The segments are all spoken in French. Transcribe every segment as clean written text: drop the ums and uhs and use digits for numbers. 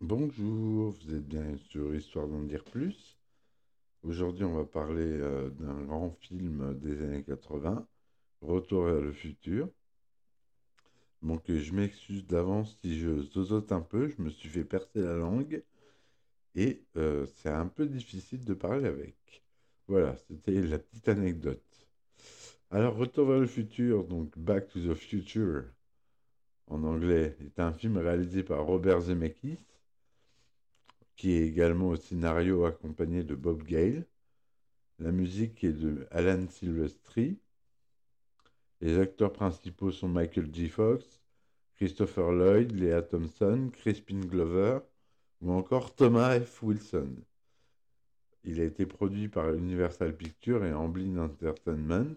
Bonjour, vous êtes bien sur Histoire d'en dire plus. Aujourd'hui, on va parler d'un grand film des années 80, Retour vers le futur. Donc, je m'excuse d'avance si je zozote un peu, je me suis fait percer la langue et c'est un peu difficile de parler avec. Voilà, c'était la petite anecdote. Alors, Retour vers le futur, donc Back to the Future en anglais, est un film réalisé par Robert Zemeckis, qui est également au scénario accompagné de Bob Gale. La musique est de Alan Silvestri. Les acteurs principaux sont Michael J. Fox, Christopher Lloyd, Lea Thompson, Crispin Glover ou encore Thomas F. Wilson. Il a été produit par Universal Pictures et Amblin Entertainment.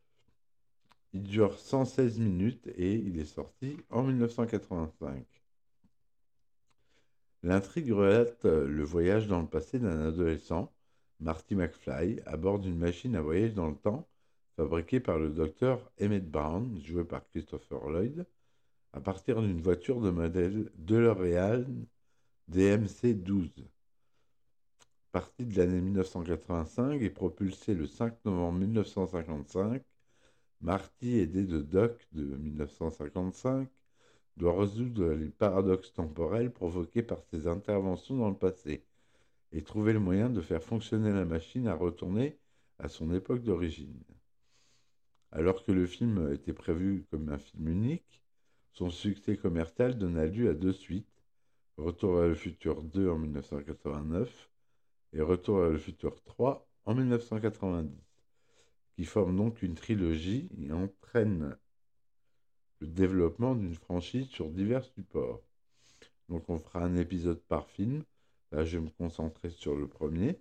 Il dure 116 minutes et il est sorti en 1985. L'intrigue relate le voyage dans le passé d'un adolescent, Marty McFly, à bord d'une machine à voyage dans le temps fabriquée par le docteur Emmett Brown, joué par Christopher Lloyd, à partir d'une voiture de modèle DeLorean DMC-12. Parti de l'année 1985 et propulsé le 5 novembre 1955, Marty, aidé de Doc de 1955, doit résoudre les paradoxes temporels provoqués par ses interventions dans le passé et trouver le moyen de faire fonctionner la machine à retourner à son époque d'origine. Alors que le film était prévu comme un film unique, son succès commercial donna lieu à deux suites, Retour vers le futur 2 en 1989 et Retour vers le futur 3 en 1990, qui forment donc une trilogie et entraînent le développement d'une franchise sur divers supports. Donc on fera un épisode par film. Là, je vais me concentrer sur le premier.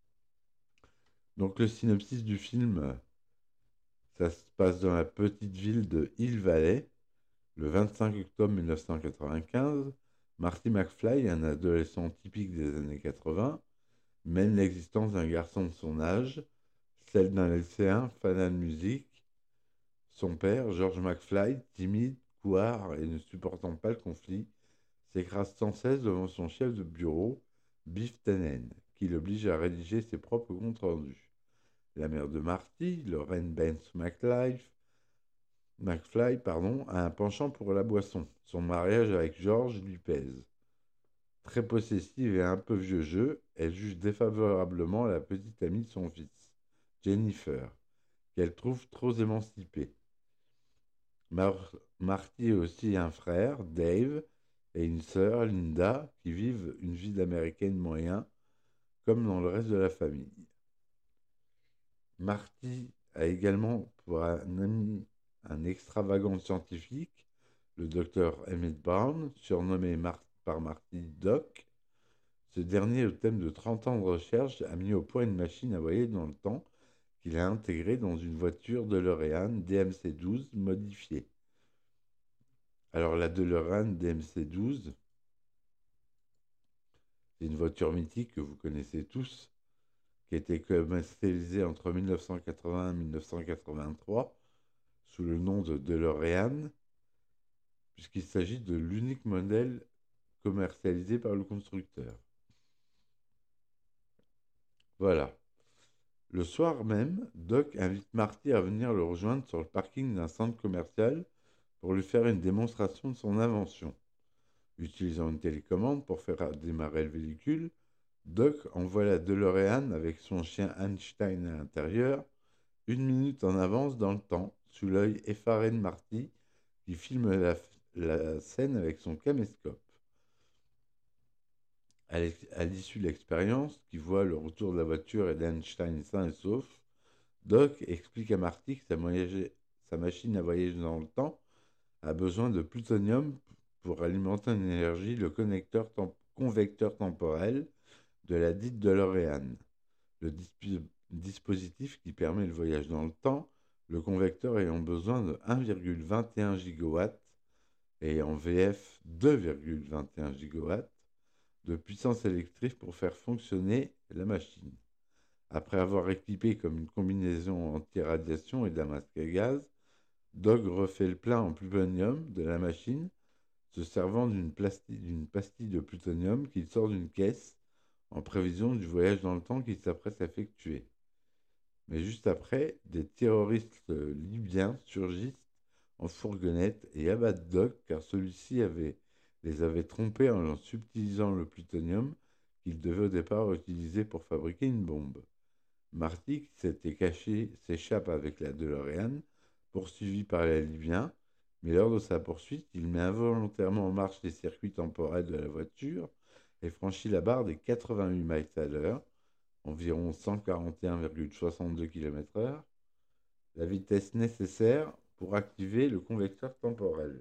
Donc le synopsis du film, ça se passe dans la petite ville de Hill Valley, le 25 octobre 1995. Marty McFly, un adolescent typique des années 80, mène l'existence d'un garçon de son âge, celle d'un lycéen fanat de musique. Son père, George McFly, timide, couard et ne supportant pas le conflit, s'écrase sans cesse devant son chef de bureau, Biff Tannen, qui l'oblige à rédiger ses propres comptes rendus. La mère de Marty, Lorraine Baines McFly, a un penchant pour la boisson. Son mariage avec George lui pèse. Très possessive et un peu vieux jeu, elle juge défavorablement la petite amie de son fils, Jennifer, qu'elle trouve trop émancipée. Marty a aussi un frère, Dave, et une sœur, Linda, qui vivent une vie d'américaine moyen, comme dans le reste de la famille. Marty a également pour un ami un extravagant scientifique, le docteur Emmett Brown, surnommé par Marty Doc. Ce dernier, au thème de 30 ans de recherche, a mis au point une machine à voyager dans le temps qu'il a intégrée dans une voiture DeLorean DMC-12 modifiée. Alors la DeLorean DMC-12, c'est une voiture mythique que vous connaissez tous, qui a été commercialisée entre 1980 et 1983 sous le nom de DeLorean, puisqu'il s'agit de l'unique modèle commercialisé par le constructeur. Voilà. Le soir même, Doc invite Marty à venir le rejoindre sur le parking d'un centre commercial pour lui faire une démonstration de son invention. Utilisant une télécommande pour faire démarrer le véhicule, Doc envoie la DeLorean avec son chien Einstein à l'intérieur, une minute en avance dans le temps, sous l'œil effaré de Marty, qui filme la scène avec son caméscope. À l'issue de l'expérience, qui voit le retour de la voiture et d'Einstein sain et sauf, Doc explique à Marty que sa machine à voyager dans le temps a besoin de plutonium pour alimenter en énergie le convecteur temporel de la dite DeLorean. Le dispositif qui permet le voyage dans le temps, le convecteur ayant besoin de 1,21 gigawatts et en VF 2,21 gigawatts de puissance électrique pour faire fonctionner la machine. Après avoir équipé comme une combinaison anti-radiation et d'un masque à gaz, Dog refait le plein en plutonium de la machine, se servant d'une pastille de plutonium qu'il sort d'une caisse en prévision du voyage dans le temps qu'il s'apprête à effectuer. Mais juste après, des terroristes libyens surgissent en fourgonnette et abattent Doc car celui-ci les avait trompés en leur subtilisant le plutonium qu'il devait au départ utiliser pour fabriquer une bombe. Marty, qui s'était caché, s'échappe avec la DeLorean, poursuivi par les Libyens, mais lors de sa poursuite, il met involontairement en marche les circuits temporels de la voiture et franchit la barre des 88 miles à l'heure, environ 141,62 km/h, la vitesse nécessaire pour activer le convecteur temporel,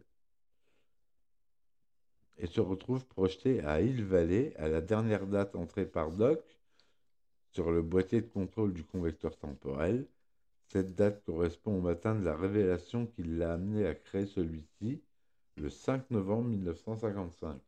et se retrouve projeté à Hill Valley à la dernière date entrée par Doc sur le boîtier de contrôle du convecteur temporel. Cette date correspond au matin de la révélation qui l'a amené à créer celui-ci, le 5 novembre 1955.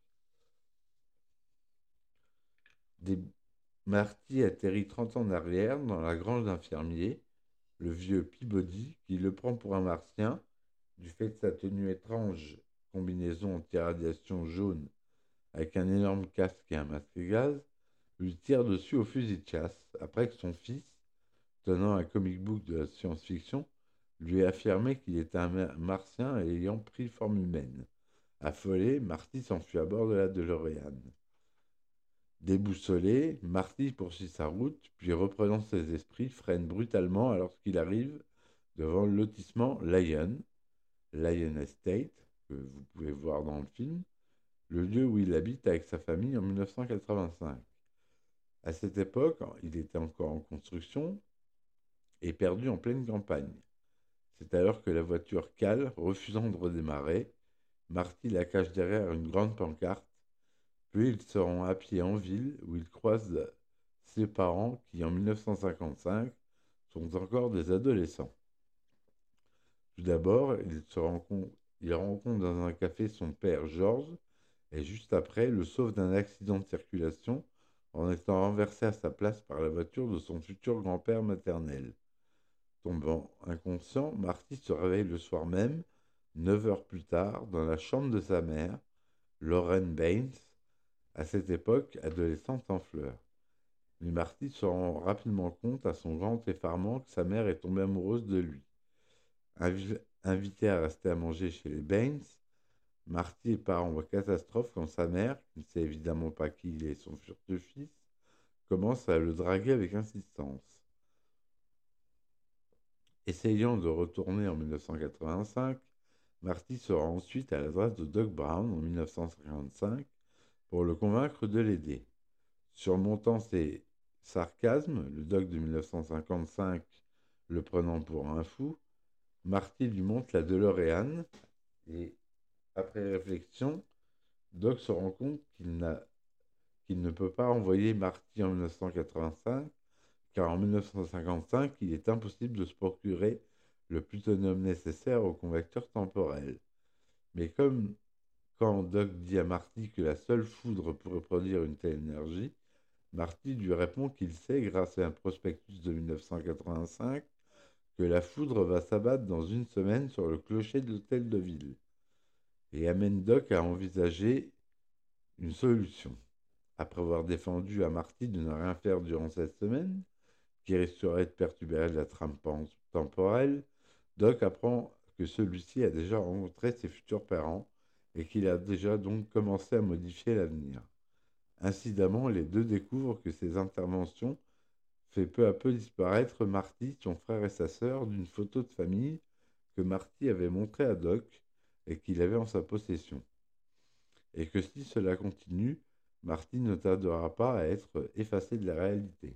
Marty atterrit 30 ans en arrière dans la grange d'un fermier, le vieux Peabody, qui le prend pour un martien, du fait de sa tenue étrange, combinaison anti-radiation jaune avec un énorme casque et un masque à gaz, lui tire dessus au fusil de chasse, après que son fils, tenant un comic book de la science-fiction, lui ait affirmé qu'il était un martien et ayant pris forme humaine. Affolé, Marty s'enfuit à bord de la DeLorean. Déboussolé, Marty poursuit sa route, puis reprenant ses esprits, freine brutalement lorsqu'il arrive devant le lotissement Lion Estate, que vous pouvez voir dans le film, le lieu où il habite avec sa famille en 1985. À cette époque, il était encore en construction et perdu en pleine campagne. C'est alors que la voiture cale, refusant de redémarrer. Marty la cache derrière une grande pancarte, puis ils se rend à pied en ville où il croise ses parents qui, en 1955, sont encore des adolescents. Tout d'abord, il rencontre dans un café son père George et juste après le sauve d'un accident de circulation en étant renversé à sa place par la voiture de son futur grand-père maternel. Tombant inconscient, Marty se réveille le soir même, 9 heures plus tard, dans la chambre de sa mère, Lauren Baines, à cette époque adolescente en fleurs. Mais Marty se rend rapidement compte, à son grand effarement, que sa mère est tombée amoureuse de lui. Invité à rester à manger chez les Baines, Marty part en catastrophe quand sa mère, qui ne sait évidemment pas qui il est son futur fils, commence à le draguer avec insistance. Essayant de retourner en 1985, Marty se rend ensuite à l'adresse de Doc Brown en 1955 pour le convaincre de l'aider. Surmontant ses sarcasmes, le Doc de 1955 le prenant pour un fou, Marty lui montre la DeLorean et, après réflexion, Doc se rend compte qu'il ne peut pas envoyer Marty en 1985 car en 1955, il est impossible de se procurer le plutonium nécessaire au convecteur temporel. Mais comme quand Doc dit à Marty que la seule foudre pourrait produire une telle énergie, Marty lui répond qu'il sait, grâce à un prospectus de 1985, que la foudre va s'abattre dans une semaine sur le clocher de l'hôtel de ville, et amène Doc à envisager une solution. Après avoir défendu à Marty de ne rien faire durant cette semaine, qui risquerait de perturber la trame temporelle, Doc apprend que celui-ci a déjà rencontré ses futurs parents et qu'il a déjà donc commencé à modifier l'avenir. Incidemment, les deux découvrent que ces interventions fait peu à peu disparaître Marty, son frère et sa sœur d'une photo de famille que Marty avait montrée à Doc et qu'il avait en sa possession. Et que si cela continue, Marty ne tardera pas à être effacé de la réalité.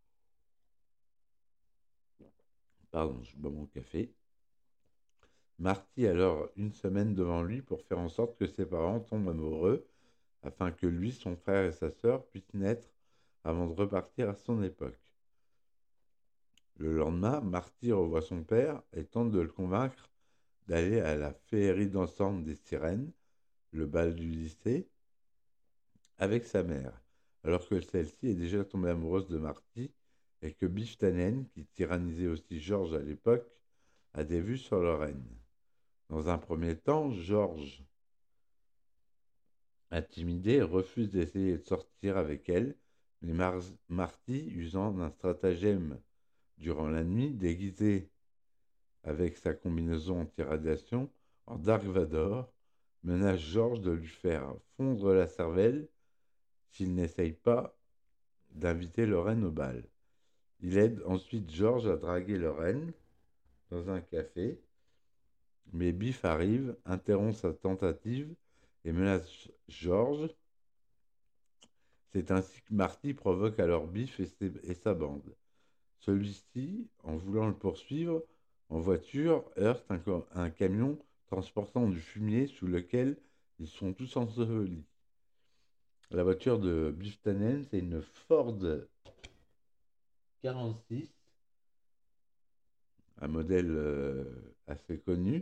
Pardon, je bois mon café. Marty a alors une semaine devant lui pour faire en sorte que ses parents tombent amoureux, afin que lui, son frère et sa sœur puissent naître avant de repartir à son époque. Le lendemain, Marty revoit son père et tente de le convaincre d'aller à la féerie dansante des sirènes, le bal du lycée, avec sa mère, alors que celle-ci est déjà tombée amoureuse de Marty et que Biff Tannen, qui tyrannisait aussi George à l'époque, a des vues sur Lorraine. Dans un premier temps, George Intimidé, refuse d'essayer de sortir avec elle, mais Marty, usant d'un stratagème durant la nuit, déguisé avec sa combinaison anti-radiation en Dark Vador, menace George de lui faire fondre la cervelle s'il n'essaye pas d'inviter Lorraine au bal. Il aide ensuite George à draguer Lorraine dans un café, mais Biff arrive, interrompt sa tentative et menace George. C'est ainsi que Marty provoque alors Biff et sa bande. Celui-ci, en voulant le poursuivre en voiture, heurte un camion transportant du fumier sous lequel ils sont tous ensevelis. La voiture de Biff Tannen, c'est une Ford 46, un modèle assez connu.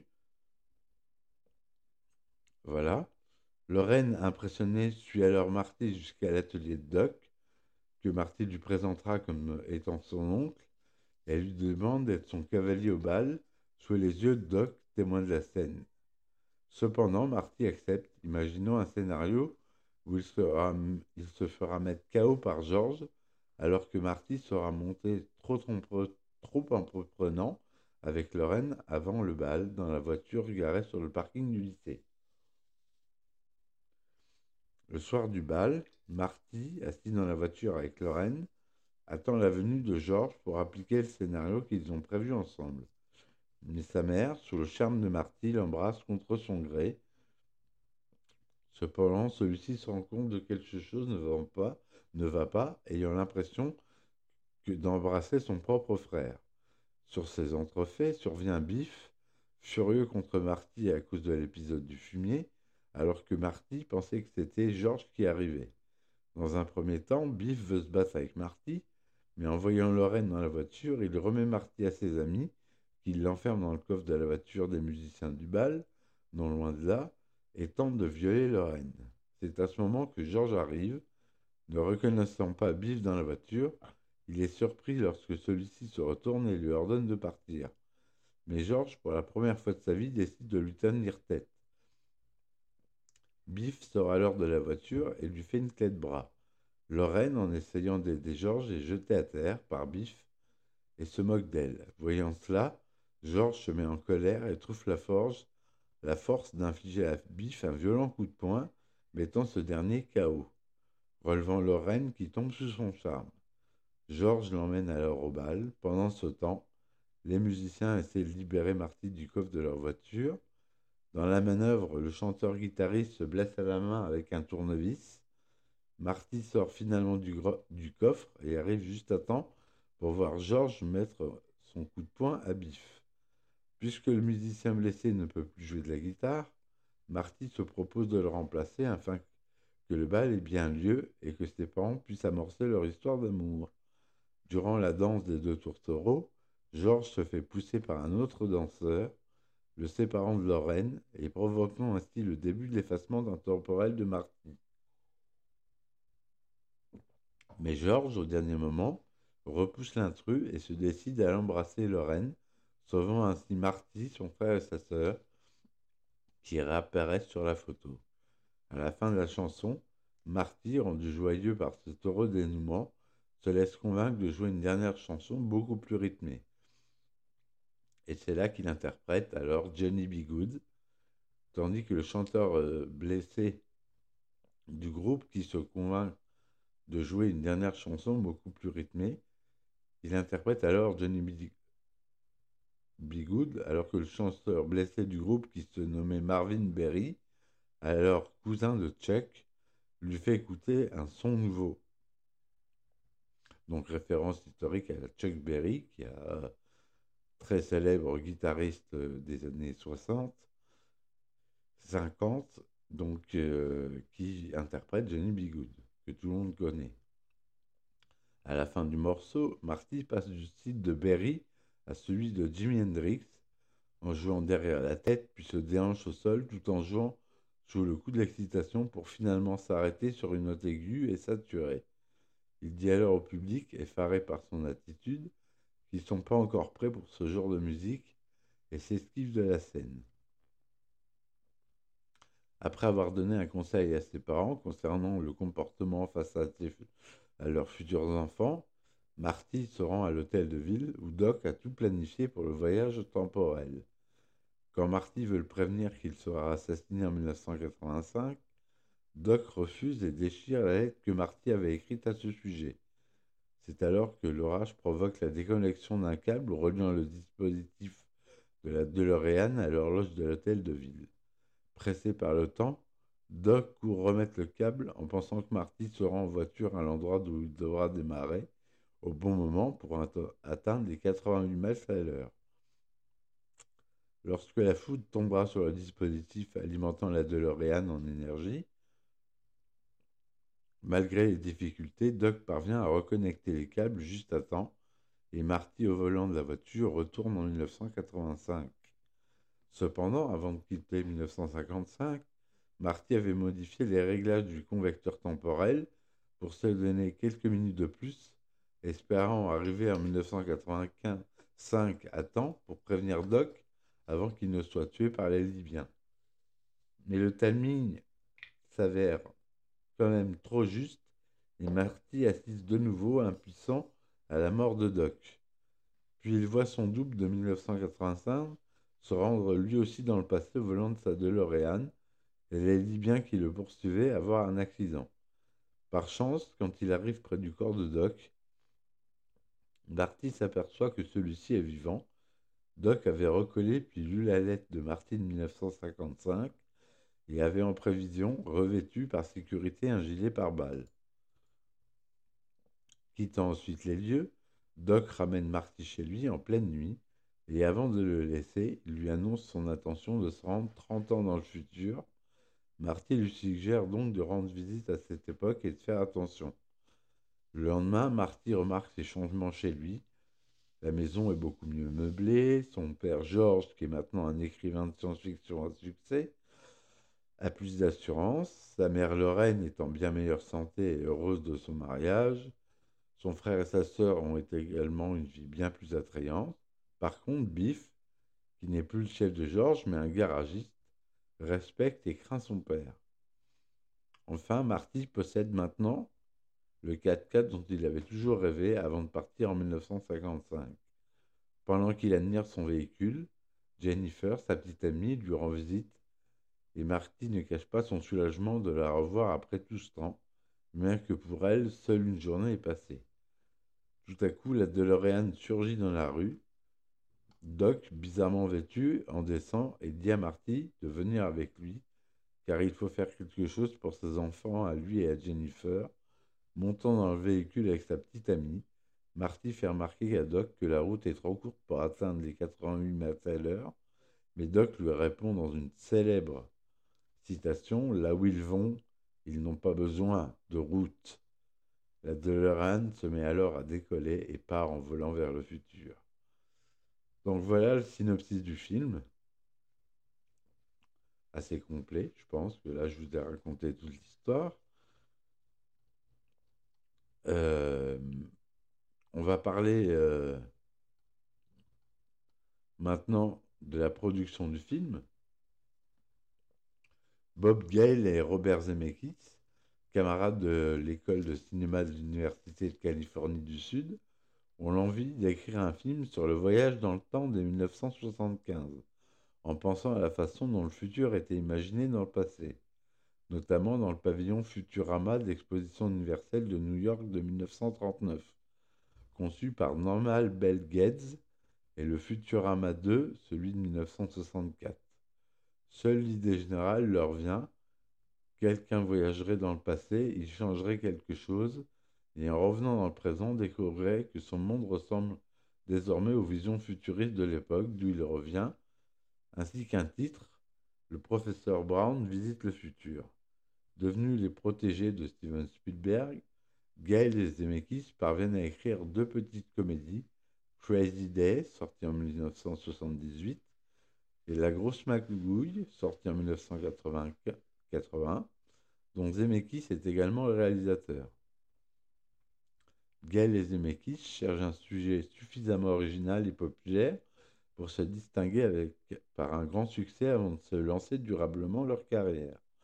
Voilà. Lorraine, impressionnée, suit alors Marty jusqu'à l'atelier de Doc, que Marty lui présentera comme étant son oncle. Elle lui demande d'être son cavalier au bal, sous les yeux de Doc, témoin de la scène. Cependant, Marty accepte, imaginant un scénario où il se fera mettre KO par George, alors que Marty sera monté trop entreprenant avec Lorraine avant le bal dans la voiture garée sur le parking du lycée. Le soir du bal, Marty, assis dans la voiture avec Lorraine, attend la venue de George pour appliquer le scénario qu'ils ont prévu ensemble. Mais sa mère, sous le charme de Marty, l'embrasse contre son gré. Cependant, celui-ci se rend compte de quelque chose ne va pas, ayant l'impression d'embrasser son propre frère. Sur ces entrefaits survient Biff, furieux contre Marty à cause de l'épisode du fumier, alors que Marty pensait que c'était George qui arrivait. Dans un premier temps, Biff veut se battre avec Marty, mais en voyant Lorraine dans la voiture, il remet Marty à ses amis, qui l'enferment dans le coffre de la voiture des musiciens du bal, non loin de là, et tente de violer Lorraine. C'est à ce moment que George arrive. Ne reconnaissant pas Biff dans la voiture, il est surpris lorsque celui-ci se retourne et lui ordonne de partir. Mais George, pour la première fois de sa vie, décide de lui tenir tête. Biff sort alors de la voiture et lui fait une clé de bras. Lorraine, en essayant d'aider George, est jetée à terre par Biff et se moque d'elle. Voyant cela, George se met en colère et trouve la force d'infliger à Biff un violent coup de poing, mettant ce dernier KO, relevant Lorraine qui tombe sous son charme. George l'emmène alors au bal. Pendant ce temps, les musiciens essaient de libérer Marty du coffre de leur voiture. Dans la manœuvre, le chanteur-guitariste se blesse à la main avec un tournevis. Marty sort finalement du coffre et arrive juste à temps pour voir George mettre son coup de poing à Biff. Puisque le musicien blessé ne peut plus jouer de la guitare, Marty se propose de le remplacer afin que le bal ait bien lieu et que ses parents puissent amorcer leur histoire d'amour. Durant la danse des deux tourtereaux, George se fait pousser par un autre danseur, le séparant de Lorraine et provoquant ainsi le début de l'effacement temporel de Marty. Mais George, au dernier moment, repousse l'intrus et se décide à l'embrasser Lorraine, sauvant ainsi Marty, son frère et sa sœur, qui réapparaissent sur la photo. À la fin de la chanson, Marty, rendu joyeux par cet heureux dénouement, se laisse convaincre de jouer une dernière chanson beaucoup plus rythmée. Et c'est là qu'il interprète alors Johnny B. Good, tandis que le chanteur blessé du groupe, qui se convainc de jouer une dernière chanson beaucoup plus rythmée, il interprète alors Johnny B. Good, alors que le chanteur blessé du groupe, qui se nommait Marvin Berry, alors cousin de Chuck, lui fait écouter un son nouveau. Donc référence historique à Chuck Berry, qui est très célèbre guitariste des années 60, 50, donc qui interprète Johnny B. Good, que tout le monde connaît. À la fin du morceau, Marty passe du style de Berry à celui de Jimi Hendrix, en jouant derrière la tête, puis se déhanche au sol tout en jouant sous le coup de l'excitation pour finalement s'arrêter sur une note aiguë et saturée. Il dit alors au public, effaré par son attitude, qu'ils ne sont pas encore prêts pour ce genre de musique et s'esquive de la scène. Après avoir donné un conseil à ses parents concernant le comportement face à leurs futurs enfants, Marty se rend à l'hôtel de ville où Doc a tout planifié pour le voyage temporel. Quand Marty veut le prévenir qu'il sera assassiné en 1985, Doc refuse et déchire la lettre que Marty avait écrite à ce sujet. C'est alors que l'orage provoque la déconnexion d'un câble reliant le dispositif de la DeLorean à l'horloge de l'hôtel de ville. Pressé par le temps, Doc court remettre le câble en pensant que Marty se rend en voiture à l'endroit d'où il devra démarrer au bon moment pour atteindre les 88 miles à l'heure. Lorsque la foudre tombera sur le dispositif alimentant la DeLorean en énergie, malgré les difficultés, Doc parvient à reconnecter les câbles juste à temps et Marty au volant de la voiture retourne en 1985. Cependant, avant de quitter 1955, Marty avait modifié les réglages du convecteur temporel pour se donner quelques minutes de plus, espérant arriver en 1985 à temps pour prévenir Doc avant qu'il ne soit tué par les Libyens. Mais le timing s'avère quand même trop juste et Marty assiste de nouveau impuissant à la mort de Doc. Puis il voit son double de 1985 se rendre lui aussi dans le passé au volant de sa DeLorean et les Libyens qui le poursuivaient avoir un accident. Par chance, quand il arrive près du corps de Doc, Marty s'aperçoit que celui-ci est vivant. Doc avait recollé puis lu la lettre de Marty de 1955 et avait en prévision revêtu par sécurité un gilet pare-balles. Quittant ensuite les lieux, Doc ramène Marty chez lui en pleine nuit et avant de le laisser, il lui annonce son intention de se rendre 30 ans dans le futur. Marty lui suggère donc de rendre visite à cette époque et de faire attention. Le lendemain, Marty remarque ces changements chez lui. La maison est beaucoup mieux meublée, son père George, qui est maintenant un écrivain de science-fiction à succès, a plus d'assurance, sa mère Lorraine est en bien meilleure santé et heureuse de son mariage, son frère et sa sœur ont également une vie bien plus attrayante. Par contre, Biff, qui n'est plus le chef de George mais un garagiste, respecte et craint son père. Enfin, Marty possède maintenant le 4x4 dont il avait toujours rêvé avant de partir en 1955. Pendant qu'il admire son véhicule, Jennifer, sa petite amie, lui rend visite et Marty ne cache pas son soulagement de la revoir après tout ce temps, bien que pour elle, seule une journée est passée. Tout à coup, la DeLorean surgit dans la rue. Doc, bizarrement vêtu, en descend et dit à Marty de venir avec lui, car il faut faire quelque chose pour ses enfants, à lui et à Jennifer. Montant dans le véhicule avec sa petite amie, Marty fait remarquer à Doc que la route est trop courte pour atteindre les 88 mètres à l'heure, mais Doc lui répond dans une célèbre citation: là où ils vont, ils n'ont pas besoin de route. La DeLorean se met alors à décoller et part en volant vers le futur. Donc voilà le synopsis du film, assez complet, je pense, que là je vous ai raconté toute l'histoire. Euh, on va parler maintenant de la production du film. Bob Gale et Robert Zemeckis, camarades de l'école de cinéma de l'Université de Californie du Sud, ont l'envie d'écrire un film sur le voyage dans le temps de 1975, en pensant à la façon dont le futur était imaginé dans le passé, notamment dans le pavillon Futurama de l'Exposition universelle de New York de 1939, conçu par Norman Bel Geddes, et le Futurama 2, celui de 1964. Seule l'idée générale leur vient: quelqu'un voyagerait dans le passé, il changerait quelque chose, et en revenant dans le présent, découvrirait que son monde ressemble désormais aux visions futuristes de l'époque d'où il revient, ainsi qu'un titre, le professeur Brown visite le futur. Devenus les protégés de Steven Spielberg, Gale et Zemeckis parviennent à écrire deux petites comédies, Crazy Day, sorti en 1978, et La Grosse Magouille, sorti en 1980, dont Zemeckis est également le réalisateur. Gale et Zemeckis cherchent un sujet suffisamment original et populaire pour se distinguer par un grand succès avant de se lancer durablement leur carrière.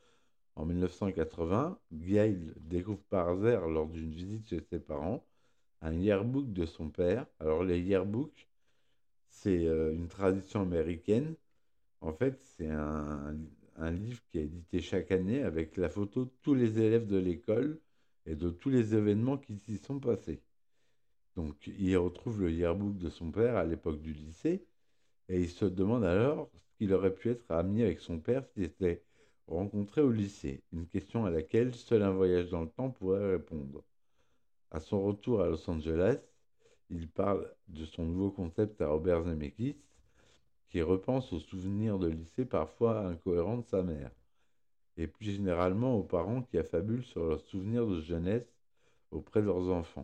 En 1980, Gail découvre par hasard, lors d'une visite chez ses parents, un yearbook de son père. Alors, les yearbooks, c'est une tradition américaine. En fait, c'est un livre qui est édité chaque année avec la photo de tous les élèves de l'école et de tous les événements qui s'y sont passés. Donc, il retrouve le yearbook de son père à l'époque du lycée et il se demande alors qu'il aurait pu être ami avec son père s'il était rencontré au lycée. Une question à laquelle seul un voyage dans le temps pourrait répondre. À son retour à Los Angeles, il parle de son nouveau concept à Robert Zemeckis, qui repense aux souvenirs de lycée parfois incohérents de sa mère, et plus généralement aux parents qui affabulent sur leurs souvenirs de jeunesse auprès de leurs enfants.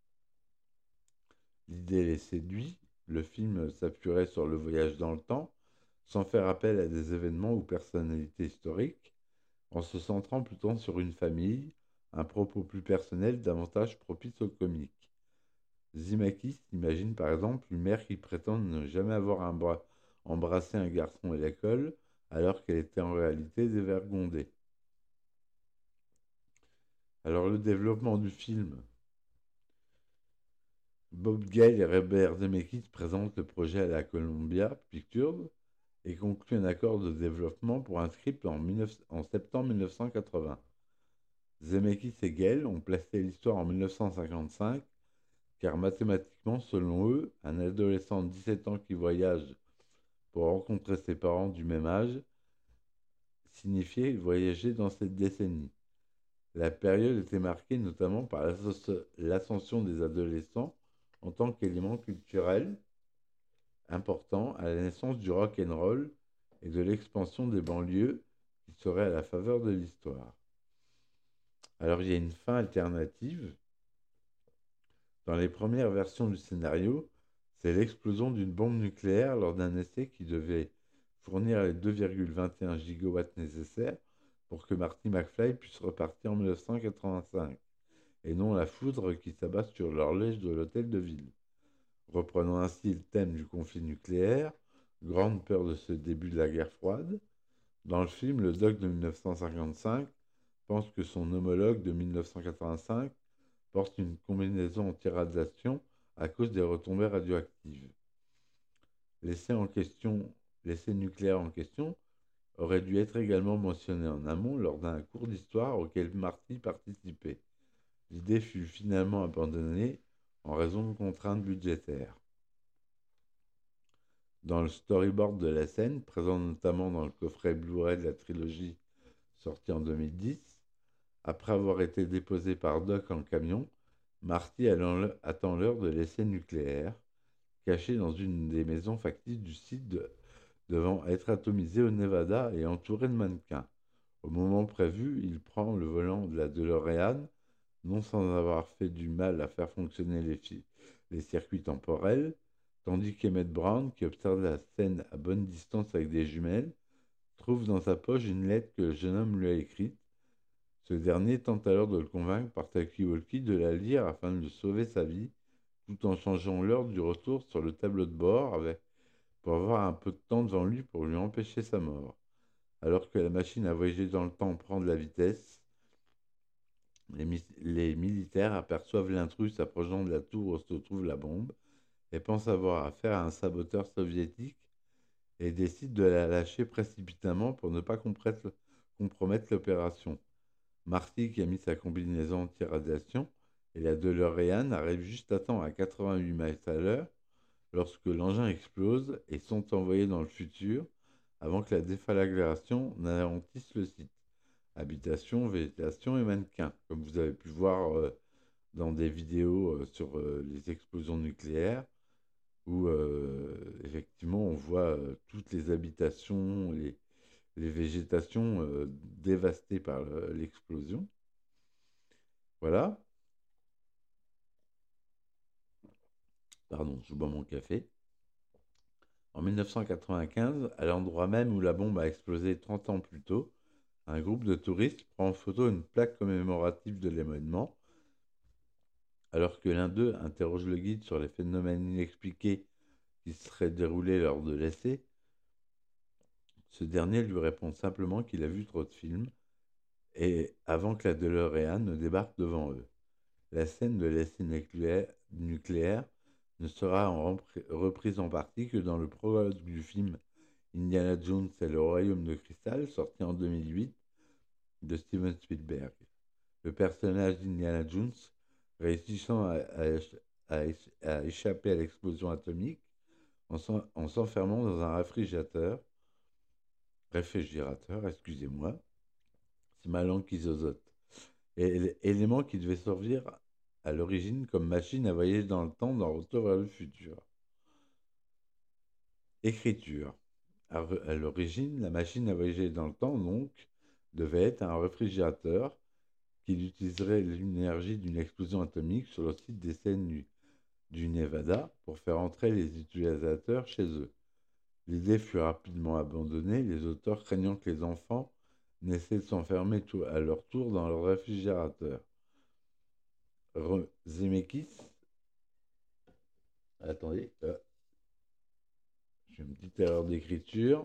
L'idée les séduit, le film s'appuierait sur le voyage dans le temps, sans faire appel à des événements ou personnalités historiques, en se centrant plutôt sur une famille, un propos plus personnel davantage propice au comique. Zemeckis imagine par exemple une mère qui prétend ne jamais avoir embrassé un garçon à l'école, alors qu'elle était en réalité dévergondée. Alors le développement du film. Bob Gale et Robert Zemeckis présentent le projet à la Columbia Pictures et concluent un accord de développement pour un script en septembre 1980. Zemeckis et Gale ont placé l'histoire en 1955, car mathématiquement, selon eux, un adolescent de 17 ans qui voyage pour rencontrer ses parents du même âge signifiait voyager dans cette décennie. La période était marquée notamment par l'ascension des adolescents en tant qu'élément culturel important à la naissance du rock and roll et de l'expansion des banlieues qui serait à la faveur de l'histoire. Alors il y a une fin alternative. Dans les premières versions du scénario, c'est l'explosion d'une bombe nucléaire lors d'un essai qui devait fournir les 2,21 gigawatts nécessaires pour que Marty McFly puisse repartir en 1985, et non la foudre qui s'abat sur l'horloge de l'hôtel de ville. Reprenant ainsi le thème du conflit nucléaire, grande peur de ce début de la guerre froide, dans le film, le doc de 1955 pense que son homologue de 1985 porte une combinaison anti-radiation à cause des retombées radioactives. L'essai nucléaire en question aurait dû être également mentionné en amont lors d'un cours d'histoire auquel Marty participait. L'idée fut finalement abandonnée en raison de contraintes budgétaires. Dans le storyboard de la scène, présent notamment dans le coffret Blu-ray de la trilogie sorti en 2010, après avoir été déposé par Doc en camion, Marty attend l'heure de l'essai nucléaire, caché dans une des maisons factices du site devant être atomisé au Nevada et entouré de mannequins. Au moment prévu, il prend le volant de la DeLorean, non sans avoir fait du mal à faire fonctionner les circuits temporels, tandis qu'Emmett Brown, qui observe la scène à bonne distance avec des jumelles, trouve dans sa poche une lettre que le jeune homme lui a écrite. Ce dernier tente alors de le convaincre par talkie-walkie de la lire afin de sauver sa vie, tout en changeant l'heure du retour sur le tableau de bord pour avoir un peu de temps devant lui pour lui empêcher sa mort. Alors que la machine à voyager dans le temps prend de la vitesse, les militaires aperçoivent l'intrus s'approchant de la tour où se trouve la bombe et pensent avoir affaire à un saboteur soviétique et décident de la lâcher précipitamment pour ne pas compromettre l'opération. Marty, qui a mis sa combinaison anti-radiation, et la DeLorean arrivent juste à temps à 88 miles à l'heure lorsque l'engin explose et sont envoyés dans le futur avant que la déflagration n'anéantisse le site. Habitation, végétation et mannequins, comme vous avez pu voir dans des vidéos sur les explosions nucléaires, où effectivement on voit toutes les habitations, les végétations dévastées par l'explosion. Voilà. Pardon, je bois mon café. En 1995, à l'endroit même où la bombe a explosé 30 ans plus tôt, un groupe de touristes prend en photo une plaque commémorative de l'événement. Alors que l'un d'eux interroge le guide sur les phénomènes inexpliqués qui se seraient déroulés lors de l'essai, ce dernier lui répond simplement qu'il a vu trop de films et avant que la DeLorean ne débarque devant eux. La scène de l'essai nucléaire ne sera reprise en partie que dans le prologue du film Indiana Jones et le Royaume de Cristal, sorti en 2008 de Steven Spielberg. Le personnage d'Indiana Jones, réussissant à échapper à l'explosion atomique en s'enfermant dans un réfrigérateur, excusez-moi, c'est ma langue qui zozote, et élément qui devait servir à l'origine comme machine à voyager dans le temps dans Retour vers le futur. Écriture. À l'origine, la machine à voyager dans le temps, donc, devait être un réfrigérateur qui utiliserait l'énergie d'une explosion atomique sur le site d'essai du Nevada pour faire entrer les utilisateurs chez eux. L'idée fut rapidement abandonnée, les auteurs craignant que les enfants n'essaient de s'enfermer à leur tour dans leur réfrigérateur. Zemeckis, attendez, j'ai une petite erreur d'écriture,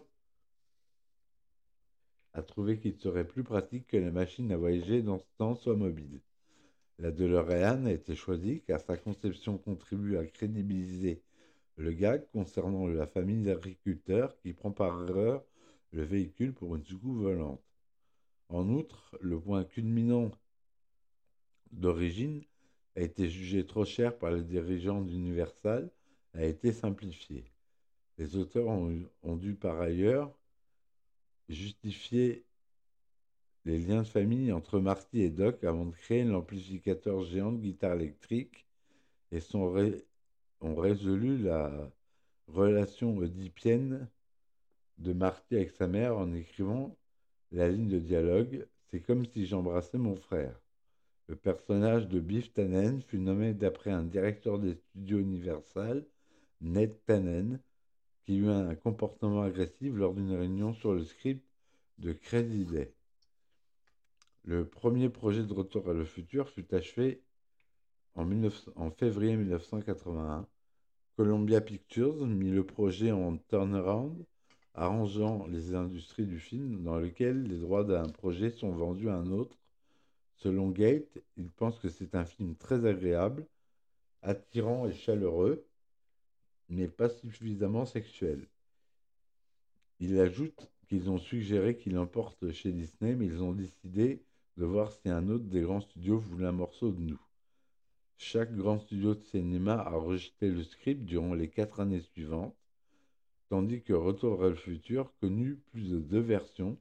a trouvé qu'il serait plus pratique que les machines à voyager dans ce temps soient mobiles. La DeLorean a été choisie car sa conception contribue à crédibiliser le gag concernant la famille d'agriculteurs qui prend par erreur le véhicule pour une soucoupe volante. En outre, le point culminant d'origine a été jugé trop cher par les dirigeants d'Universal, a été simplifié. Les auteurs ont dû par ailleurs justifier les liens de famille entre Marty et Doc avant de créer l'amplificateur géant de guitare électrique et ont résolu la relation oedipienne de Marty avec sa mère en écrivant la ligne de dialogue « C'est comme si j'embrassais mon frère ». Le personnage de Biff Tannen fut nommé d'après un directeur des studios Universal, Ned Tannen, qui eut un comportement agressif lors d'une réunion sur le script de Crazy Day. Le premier projet de Retour à le futur fut achevé en février 1981. Columbia Pictures mit le projet en turnaround, arrangeant les industries du film dans lequel les droits d'un projet sont vendus à un autre. Selon Gate, il pense que c'est un film très agréable, attirant et chaleureux, mais pas suffisamment sexuel. Il ajoute qu'ils ont suggéré qu'il emporte chez Disney, mais ils ont décidé de voir si un autre des grands studios voulait un morceau de nous. Chaque grand studio de cinéma a rejeté le script durant les 4 années suivantes, tandis que Retour vers le futur connut plus de 2 versions.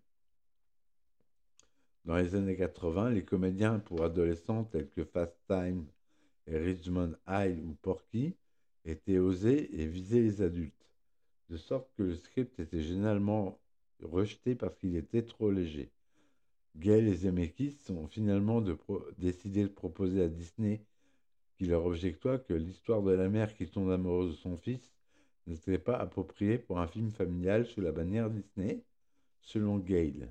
Dans les années 80, les comédiens pour adolescents tels que Fast Time et Ridgemont High ou Porky étaient osés et visaient les adultes, de sorte que le script était généralement rejeté parce qu'il était trop léger. Gale et Zemeckis ont finalement décidé de proposer à Disney, qui leur objecta que l'histoire de la mère qui tombe amoureuse de son fils n'était pas appropriée pour un film familial sous la bannière Disney, selon Gale.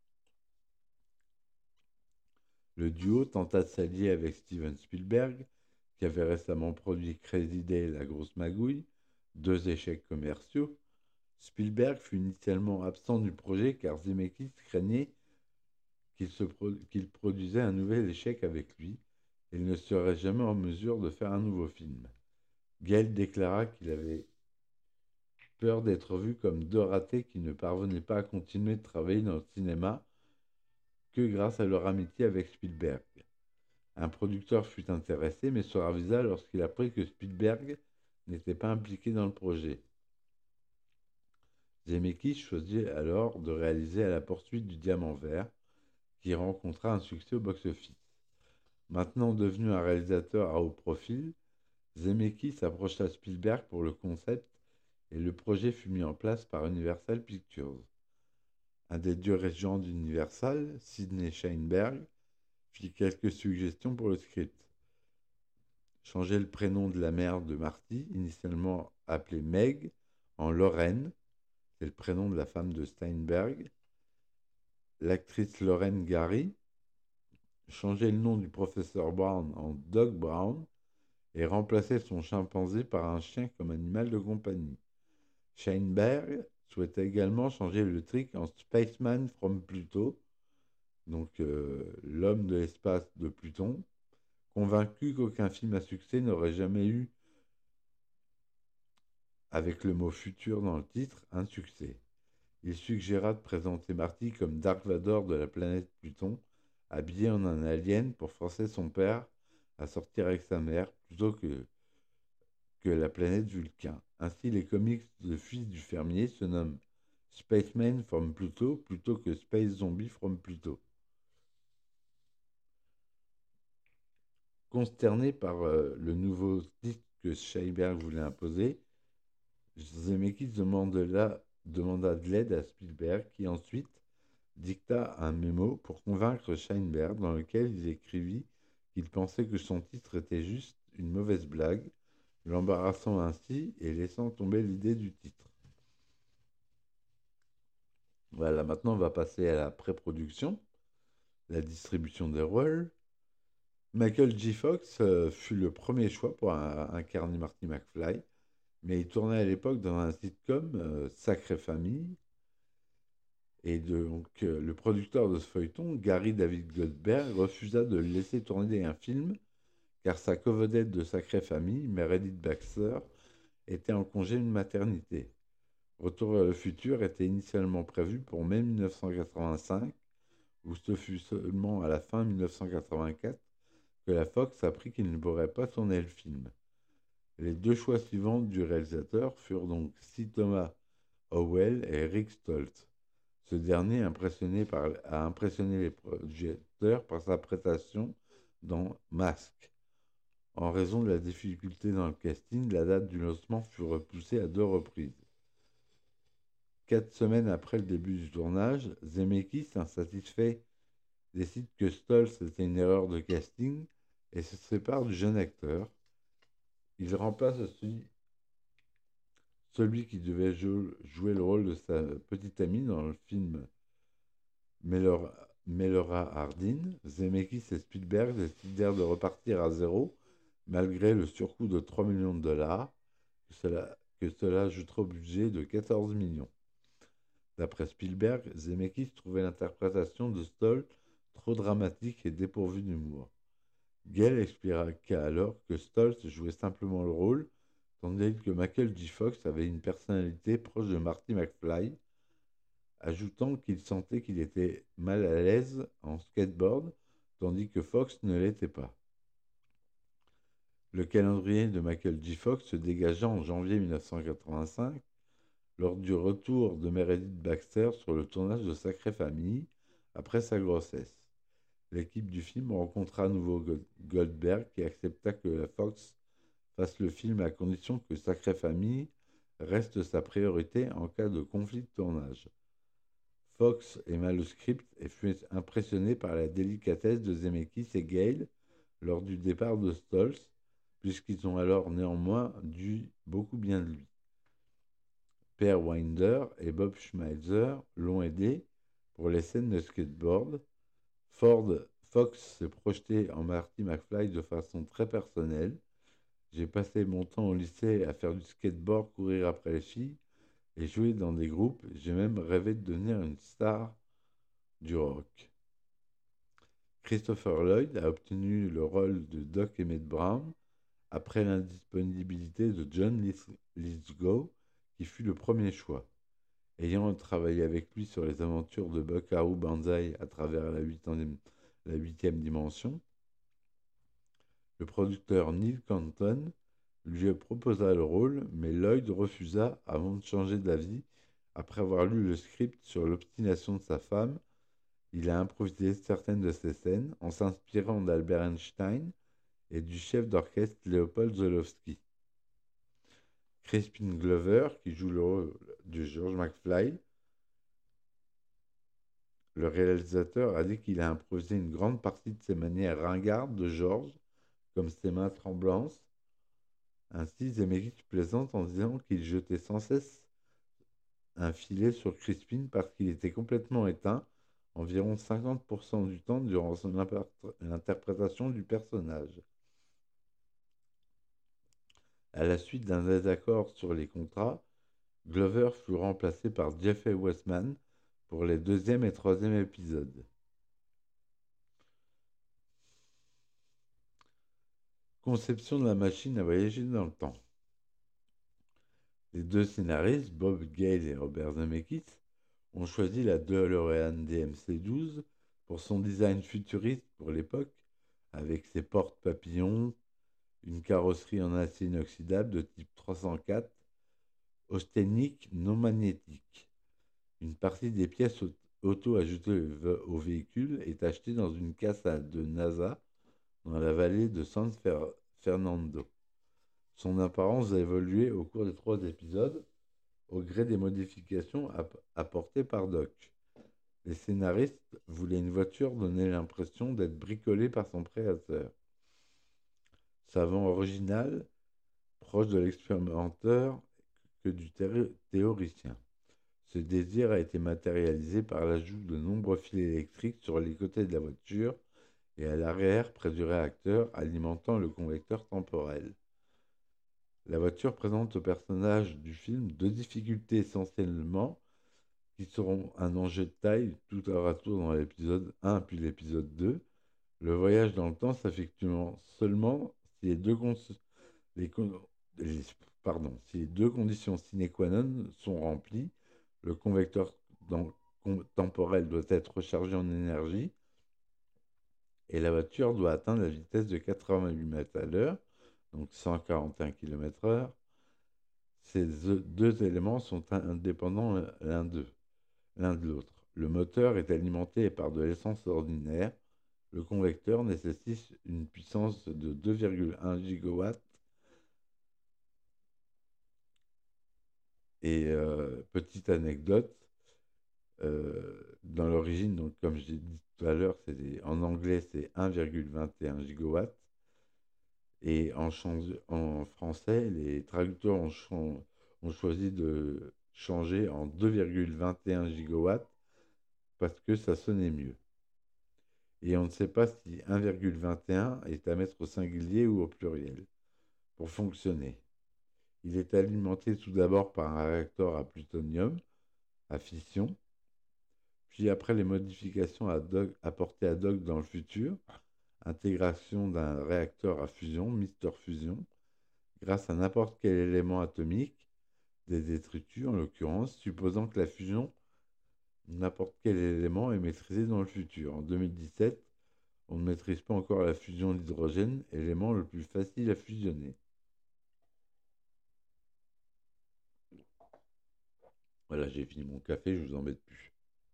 Le duo tenta de s'allier avec Steven Spielberg, qui avait récemment produit Crazy Day et La Grosse Magouille, 2 échecs commerciaux. Spielberg fut initialement absent du projet car Zemeckis craignait qu'il produisait un nouvel échec avec lui et il ne serait jamais en mesure de faire un nouveau film. Gale déclara qu'il avait peur d'être vu comme deux ratés qui ne parvenaient pas à continuer de travailler dans le cinéma que grâce à leur amitié avec Spielberg. Un producteur fut intéressé mais se ravisa lorsqu'il apprit que Spielberg n'était pas impliqué dans le projet. Zemeckis choisit alors de réaliser À la poursuite du diamant vert, qui rencontra un succès au box-office. Maintenant devenu un réalisateur à haut profil, Zemeckis approcha Spielberg pour le concept et le projet fut mis en place par Universal Pictures. Un des dirigeants d'Universal, Sidney Sheinberg, fit quelques suggestions pour le script. Changer le prénom de la mère de Marty, initialement appelée Meg, en Lorraine, c'est le prénom de la femme de Steinberg. L'actrice Lorraine Gary, changer le nom du professeur Brown en Doc Brown et remplacer son chimpanzé par un chien comme animal de compagnie. Sheinberg souhaitait également changer le trick en Spaceman from Pluto, donc l'homme de l'espace de Pluton, convaincu qu'aucun film à succès n'aurait jamais eu, avec le mot futur dans le titre, un succès. Il suggéra de présenter Marty comme Dark Vador de la planète Pluton, habillé en un alien pour forcer son père à sortir avec sa mère plutôt que la planète Vulcain. Ainsi, les comics de Fils du Fermier se nomment Spaceman from Pluto plutôt que Space Zombie from Pluto. Consterné par le nouveau titre que Scheinberg voulait imposer, Zemeckis demanda de l'aide à Spielberg qui ensuite dicta un mémo pour convaincre Scheinberg dans lequel il écrivit qu'il pensait que son titre était juste une mauvaise blague, l'embarrassant ainsi et laissant tomber l'idée du titre. Voilà, maintenant on va passer à la pré-production, la distribution des rôles. Michael J. Fox fut le premier choix pour incarner Marty McFly, mais il tournait à l'époque dans un sitcom, Sacrée Famille, et donc le producteur de ce feuilleton, Gary David Goldberg, refusa de le laisser tourner un film car sa covedette de Sacrée Famille, Meredith Baxter, était en congé de maternité. Retour vers le futur était initialement prévu pour mai 1985, où ce fut seulement à la fin 1984 que la Fox apprit qu'il ne pourrait pas tourner le film. Les deux choix suivants du réalisateur furent donc C. Thomas Howell et Rick Stoltz. Ce dernier a impressionné les projecteurs par sa prestation dans Mask. En raison de la difficulté dans le casting, la date du lancement fut repoussée à 2 reprises. 4 semaines après le début du tournage, Zemeckis, insatisfait, décide que Stoltz était une erreur de casting et se sépare du jeune acteur. Il remplace celui qui devait jouer le rôle de sa petite amie dans le film Melora Hardin. Zemeckis et Spielberg décidèrent de repartir à zéro malgré le surcoût de 3 millions de dollars que cela ajoutera au budget de 14 millions. D'après Spielberg, Zemeckis trouvait l'interprétation de Stoll trop dramatique et dépourvue d'humour. Gale expliqua alors que Stoltz jouait simplement le rôle, tandis que Michael J. Fox avait une personnalité proche de Marty McFly, ajoutant qu'il sentait qu'il était mal à l'aise en skateboard, tandis que Fox ne l'était pas. Le calendrier de Michael J. Fox se dégagea en janvier 1985, lors du retour de Meredith Baxter sur le tournage de Sacrée Famille, après sa grossesse. L'équipe du film rencontra à nouveau Goldberg qui accepta que la Fox fasse le film à condition que Sacrée Famille reste sa priorité en cas de conflit de tournage. Fox aima le script et fut impressionné par la délicatesse de Zemeckis et Gale lors du départ de Stoltz, puisqu'ils ont alors néanmoins dit beaucoup bien de lui. Per Winder et Bob Schmeitzer l'ont aidé pour les scènes de skateboard. Fox s'est projeté en Marty McFly de façon très personnelle. J'ai passé mon temps au lycée à faire du skateboard, courir après les filles et jouer dans des groupes. J'ai même rêvé de devenir une star du rock. Christopher Lloyd a obtenu le rôle de Doc Emmett Brown après l'indisponibilité de John Lithgow, qui fut le premier choix. Ayant travaillé avec lui sur les aventures de Buckaroo Banzai à travers la huitième dimension, le producteur Neil Canton lui proposa le rôle, mais Lloyd refusa avant de changer d'avis. Après avoir lu le script sur l'obstination de sa femme, il a improvisé certaines de ses scènes en s'inspirant d'Albert Einstein et du chef d'orchestre Leopold Zolowski. Crispin Glover, qui joue le rôle de George McFly, le réalisateur a dit qu'il a improvisé une grande partie de ses manières ringardes de George, comme ses mains tremblantes. Ainsi, Zemeckis plaisante en disant qu'il jetait sans cesse un filet sur Crispin parce qu'il était complètement éteint environ 50% du temps durant l'interprétation du personnage. À la suite d'un désaccord sur les contrats, Glover fut remplacé par Jeffrey Westman pour les deuxième et troisième épisodes. Conception de la machine à voyager dans le temps. Les deux scénaristes, Bob Gale et Robert Zemeckis, ont choisi la DeLorean DMC-12 pour son design futuriste pour l'époque, avec ses portes papillons, une carrosserie en acier inoxydable de type 304, austénique non magnétique. Une partie des pièces auto ajoutées au véhicule est achetée dans une casse de NASA dans la vallée de San Fernando. Son apparence a évolué au cours des 3 épisodes au gré des modifications apportées par Doc. Les scénaristes voulaient une voiture donner l'impression d'être bricolée par son créateur. Savant original, proche de l'expérimenteur que du théoricien. Ce désir a été matérialisé par l'ajout de nombreux fils électriques sur les côtés de la voiture et à l'arrière près du réacteur alimentant le convecteur temporel. La voiture présente aux personnages du film deux difficultés essentiellement qui seront un enjeu de taille tout à tour dans l'épisode 1 puis l'épisode 2. Le voyage dans le temps s'effectue seulement si les, si les deux conditions sine qua non sont remplies. Le convecteur temporel doit être rechargé en énergie et la voiture doit atteindre la vitesse de 88 mètres à l'heure, donc 141 km/h. Ces deux éléments sont indépendants l'un de l'autre. Le moteur est alimenté par de l'essence ordinaire. Le convecteur nécessite une puissance de 2,1 gigawatts. Et petite anecdote, dans l'origine, donc comme j'ai dit tout à l'heure, en anglais c'est 1,21 gigawatts. Et en français, les traducteurs ont choisi de changer en 2,21 gigawatts parce que ça sonnait mieux. Et on ne sait pas si 1,21 est à mettre au singulier ou au pluriel pour fonctionner. Il est alimenté tout d'abord par un réacteur à plutonium, à fission, puis après les modifications apportées à Doc dans le futur, intégration d'un réacteur à fusion, Mister Fusion, grâce à n'importe quel élément atomique, des détritus en l'occurrence, supposant que la fusion, n'importe quel élément, est maîtrisée dans le futur. En 2017, on ne maîtrise pas encore la fusion d'hydrogène, élément le plus facile à fusionner. Voilà, j'ai fini mon café, je vous embête plus.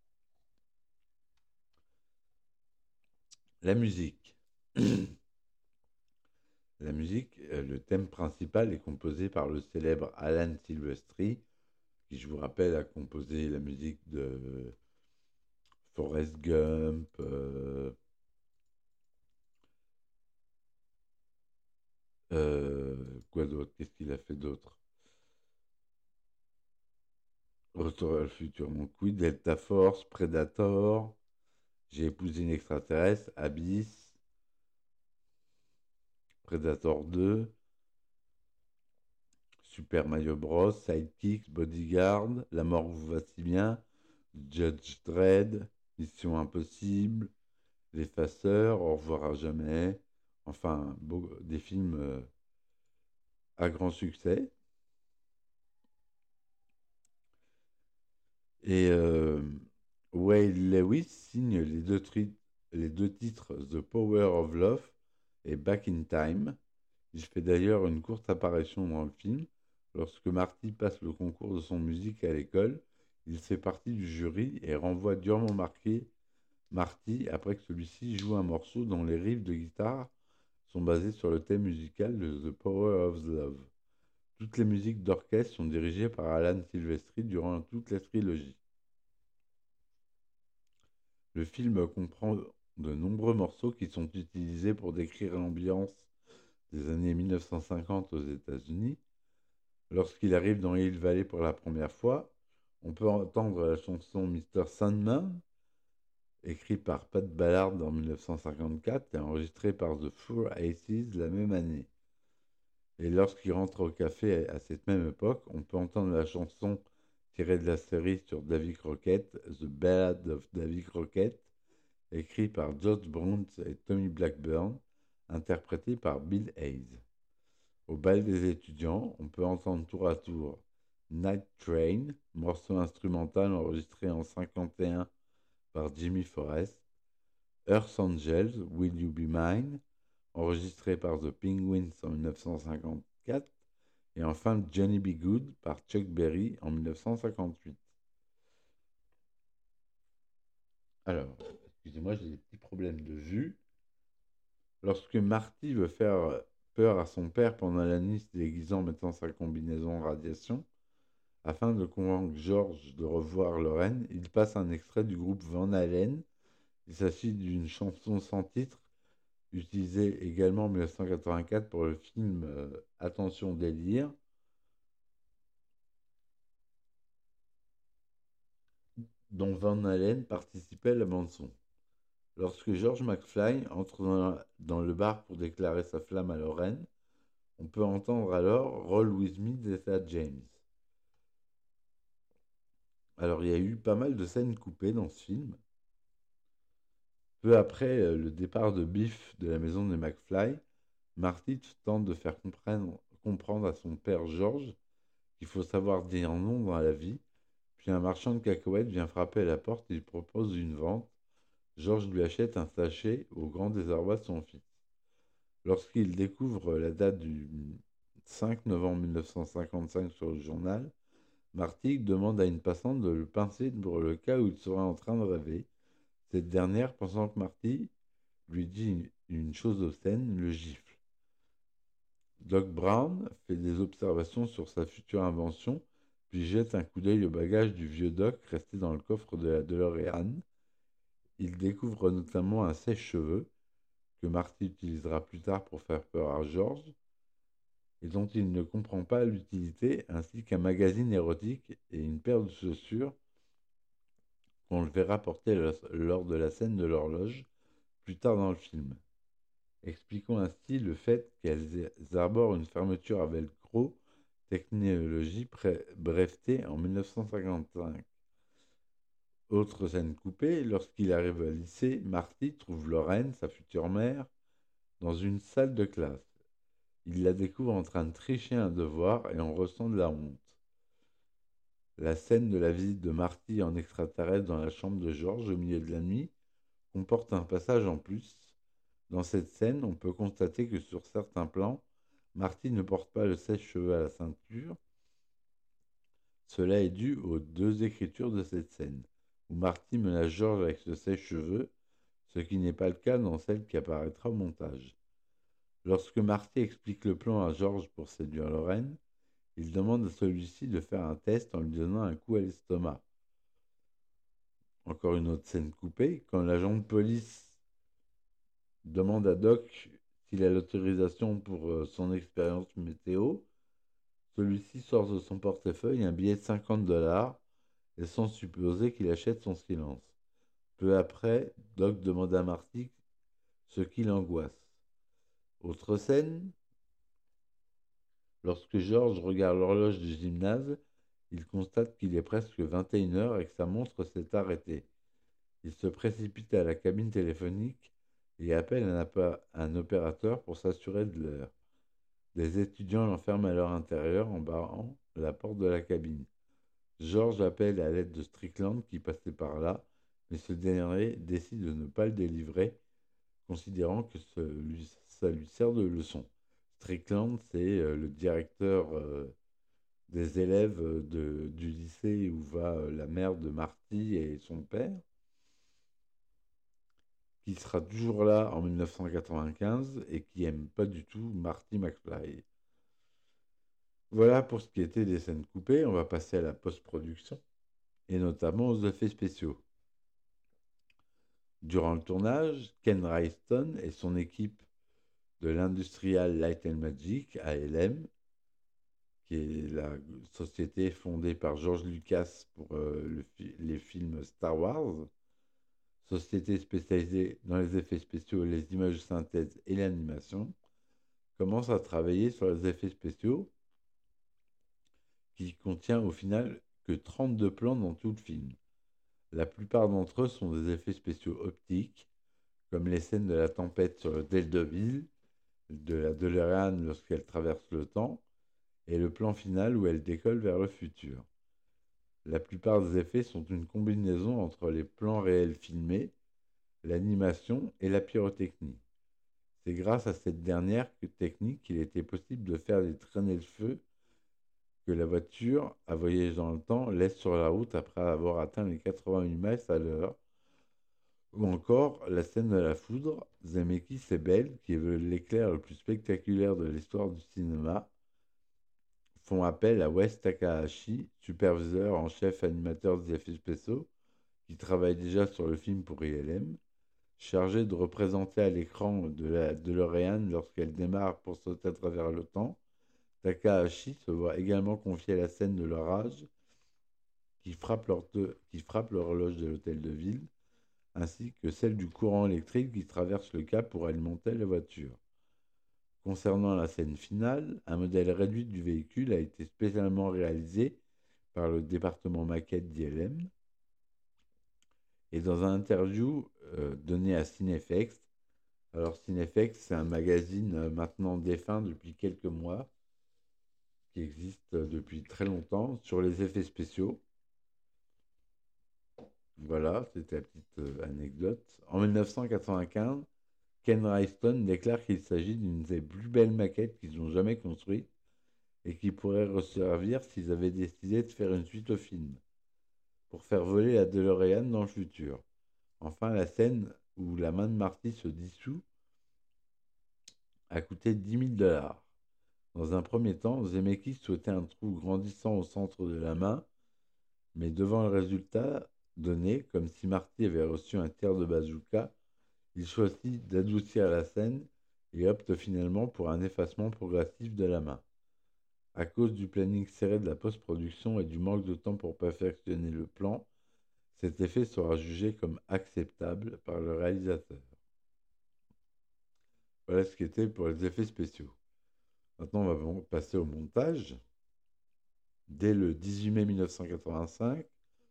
La musique. La musique, le thème principal est composé par le célèbre Alan Silvestri, qui, je vous rappelle, a composé la musique de Forrest Gump, quoi d'autre? Qu'est-ce qu'il a fait d'autre? Retour vers le futur, donc oui, Delta Force, Predator, J'ai épousé une extraterrestre, Abyss, Predator 2, Super Mario Bros, Sidekicks, Bodyguard, La mort vous va si bien, Judge Dredd, Mission Impossible, L'Effaceur, Au revoir à jamais, enfin, des films à grand succès. Et Wade Lewis signe les deux titres The Power of Love et Back in Time. Il fait d'ailleurs une courte apparition dans le film. Lorsque Marty passe le concours de son musique à l'école, il fait partie du jury et renvoie durement Marty après que celui-ci joue un morceau dont les riffs de guitare sont basés sur le thème musical de The Power of Love. Toutes les musiques d'orchestre sont dirigées par Alan Silvestri durant toute la trilogie. Le film comprend de nombreux morceaux qui sont utilisés pour décrire l'ambiance des années 1950 aux États-Unis. Lorsqu'il arrive dans Hill Valley pour la première fois, on peut entendre la chanson Mr. Sandman, écrite par Pat Ballard en 1954 et enregistrée par The Four Aces la même année. Et lorsqu'il rentre au café à cette même époque, on peut entendre la chanson tirée de la série sur Davy Crockett, The Ballad of Davy Crockett, écrite par George Bruns et Tommy Blackburn, interprété par Bill Hayes. Au bal des étudiants, on peut entendre tour à tour Night Train, morceau instrumental enregistré en 1951 par Jimmy Forrest, Earth Angels, Will You Be Mine, enregistré par The Penguins en 1954, et enfin Johnny B. Good par Chuck Berry en 1958. Alors, excusez-moi, j'ai des petits problèmes de vue. Lorsque Marty veut faire peur à son père pendant la nuit, se déguisant en mettant sa combinaison radiation, afin de convaincre George de revoir Lorraine, il passe un extrait du groupe Van Halen. Il s'agit d'une chanson sans titre, utilisée également en 1984 pour le film Attention délire, dont Van Halen participait à la bande-son. Lorsque George McFly entre dans le bar pour déclarer sa flamme à Lorraine, on peut entendre alors Roll With Me d'Etta James. Alors, il y a eu pas mal de scènes coupées dans ce film. Peu après le départ de Biff de la maison des McFly, Marty tente de faire comprendre à son père George qu'il faut savoir dire non dans la vie. Puis un marchand de cacahuètes vient frapper à la porte et lui propose une vente. George lui achète un sachet au grand désarroi de son fils. Lorsqu'il découvre la date du 5 novembre 1955 sur le journal, Marty demande à une passante de le pincer pour le cas où il serait en train de rêver. Cette dernière, pensant que Marty lui dit une chose obscène, le gifle. Doc Brown fait des observations sur sa future invention, puis jette un coup d'œil au bagage du vieux Doc resté dans le coffre de la DeLorean. Il découvre notamment un sèche-cheveux que Marty utilisera plus tard pour faire peur à George, et dont il ne comprend pas l'utilité, ainsi qu'un magazine érotique et une paire de chaussures qu'on le verra porter lors de la scène de l'horloge plus tard dans le film. Expliquons ainsi le fait qu'elles arborent une fermeture à velcro, technologie brevetée en 1955. Autre scène coupée, lorsqu'il arrive au lycée, Marty trouve Lorraine, sa future mère, dans une salle de classe. Il la découvre en train de tricher un devoir et en ressent de la honte. La scène de la visite de Marty en extraterrestre dans la chambre de George au milieu de la nuit comporte un passage en plus. Dans cette scène, on peut constater que sur certains plans, Marty ne porte pas le sèche-cheveux à la ceinture. Cela est dû aux deux écritures de cette scène, où Marty menace George avec ce sèche-cheveux, ce qui n'est pas le cas dans celle qui apparaîtra au montage. Lorsque Marty explique le plan à George pour séduire Lorraine, il demande à celui-ci de faire un test en lui donnant un coup à l'estomac. Encore une autre scène coupée, quand l'agent de police demande à Doc s'il a l'autorisation pour son expérience météo, celui-ci sort de son portefeuille un billet de $50, laissant supposer qu'il achète son silence. Peu après, Doc demande à Marty ce qui l'angoisse. Autre scène, lorsque George regarde l'horloge du gymnase, il constate qu'il est presque 21 heures et que sa montre s'est arrêtée. Il se précipite à la cabine téléphonique et appelle un opérateur pour s'assurer de l'heure. Des étudiants l'enferment à leur intérieur en barrant la porte de la cabine. George appelle à l'aide de Strickland qui passait par là, mais ce dernier décide de ne pas le délivrer, considérant que ça lui sert de leçon. Strickland, c'est le directeur des élèves du lycée où va la mère de Marty et son père, qui sera toujours là en 1995 et qui aime pas du tout Marty McFly. Voilà pour ce qui était des scènes coupées, on va passer à la post-production, et notamment aux effets spéciaux. Durant le tournage, Ken Ryston et son équipe de l'Industrial Light and Magic, ALM, qui est la société fondée par George Lucas pour les films Star Wars, société spécialisée dans les effets spéciaux, les images de synthèse et l'animation, commence à travailler sur les effets spéciaux qui contient au final que 32 plans dans tout le film. La plupart d'entre eux sont des effets spéciaux optiques, comme les scènes de la tempête sur le Deldeville de la DeLorean lorsqu'elle traverse le temps, et le plan final où elle décolle vers le futur. La plupart des effets sont une combinaison entre les plans réels filmés, l'animation et la pyrotechnie. C'est grâce à cette dernière technique qu'il était possible de faire des traînées de feu que la voiture, à voyager dans le temps, laisse sur la route après avoir atteint les 88 miles à l'heure. Ou encore la scène de la foudre, Zemeckis et Bell, qui veut l'éclair le plus spectaculaire de l'histoire du cinéma, font appel à Wes Takahashi, superviseur en chef animateur des effets spéciaux, qui travaille déjà sur le film pour ILM, chargé de représenter à l'écran de la DeLorean lorsqu'elle démarre pour sauter à travers le temps. Takahashi se voit également confier la scène de l'orage qui frappe l'horloge de l'hôtel de ville, ainsi que celle du courant électrique qui traverse le cap pour alimenter la voiture. Concernant la scène finale, un modèle réduit du véhicule a été spécialement réalisé par le département maquette d'ILM. Et dans un interview donné à Cinefex, alors Cinefex, c'est un magazine maintenant défunt depuis quelques mois, qui existe depuis très longtemps, sur les effets spéciaux. Voilà, c'était la petite anecdote. En 1995, Ken Ryston déclare qu'il s'agit d'une des plus belles maquettes qu'ils ont jamais construites et qui pourrait resservir s'ils avaient décidé de faire une suite au film, pour faire voler la DeLorean dans le futur. Enfin, la scène où la main de Marty se dissout a coûté 10 000 dollars. Dans un premier temps, Zemeckis souhaitait un trou grandissant au centre de la main, mais devant le résultat donné, comme si Marty avait reçu un tir de bazooka, il choisit d'adoucir la scène et opte finalement pour un effacement progressif de la main. À cause du planning serré de la post-production et du manque de temps pour perfectionner le plan, cet effet sera jugé comme acceptable par le réalisateur. Voilà ce qui était pour les effets spéciaux. Maintenant, on va passer au montage. Dès le 18 mai 1985,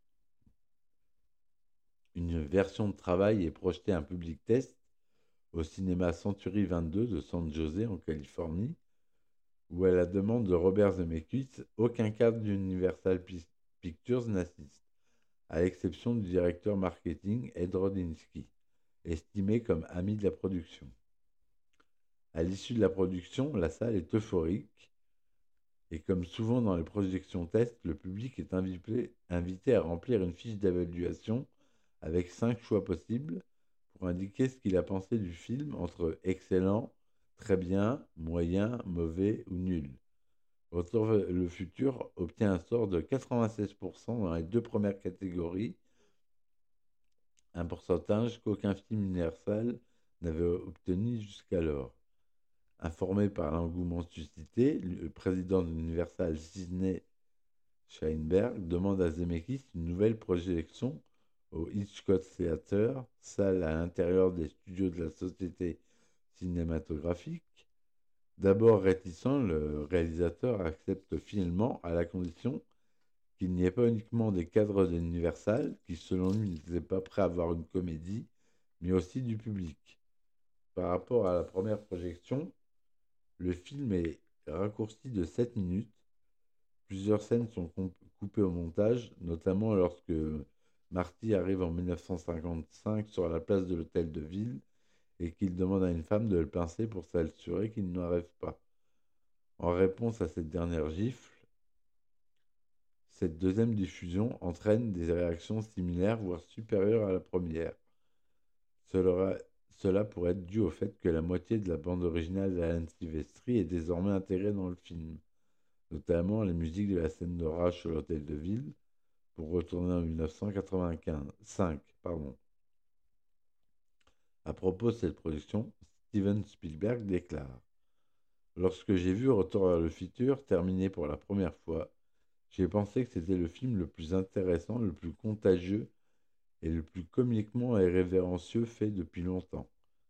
une version de travail est projetée à un public test au cinéma Century 22 de San José en Californie, où à la demande de Robert Zemeckis, aucun cadre d'Universal Pictures n'assiste, à l'exception du directeur marketing Ed Rodinsky, estimé comme ami de la production. À l'issue de la production, la salle est euphorique et comme souvent dans les projections test, le public est invité à remplir une fiche d'évaluation avec 5 choix possibles pour indiquer ce qu'il a pensé du film entre excellent, très bien, moyen, mauvais ou nul. Retour vers le futur obtient un score de 96% dans les 2 premières catégories, un pourcentage qu'aucun film Universal n'avait obtenu jusqu'alors. Informé par l'engouement suscité, le président de l'Universal, Sidney Sheinberg, demande à Zemeckis une nouvelle projection au Hitchcock Theater, salle à l'intérieur des studios de la société cinématographique. D'abord réticent, le réalisateur accepte finalement à la condition qu'il n'y ait pas uniquement des cadres de l'Universal, qui selon lui n'étaient pas prêts à voir une comédie, mais aussi du public. Par rapport à la première projection, le film est raccourci de 7 minutes. Plusieurs scènes sont coupées au montage, notamment lorsque Marty arrive en 1955 sur la place de l'hôtel de ville et qu'il demande à une femme de le pincer pour s'assurer qu'il ne rêve pas. En réponse à cette dernière gifle, cette deuxième diffusion entraîne des réactions similaires, voire supérieures à la première. Cela pourrait être dû au fait que la moitié de la bande originale d'Alan Silvestri est désormais intégrée dans le film, notamment les musiques de la scène d'orage sur l'hôtel de ville, pour retourner en 1985. À propos de cette production, Steven Spielberg déclare: Lorsque j'ai vu Retour vers le futur terminé pour la première fois, j'ai pensé que c'était le film le plus intéressant, le plus contagieux et le plus comiquement irrévérencieux fait depuis longtemps.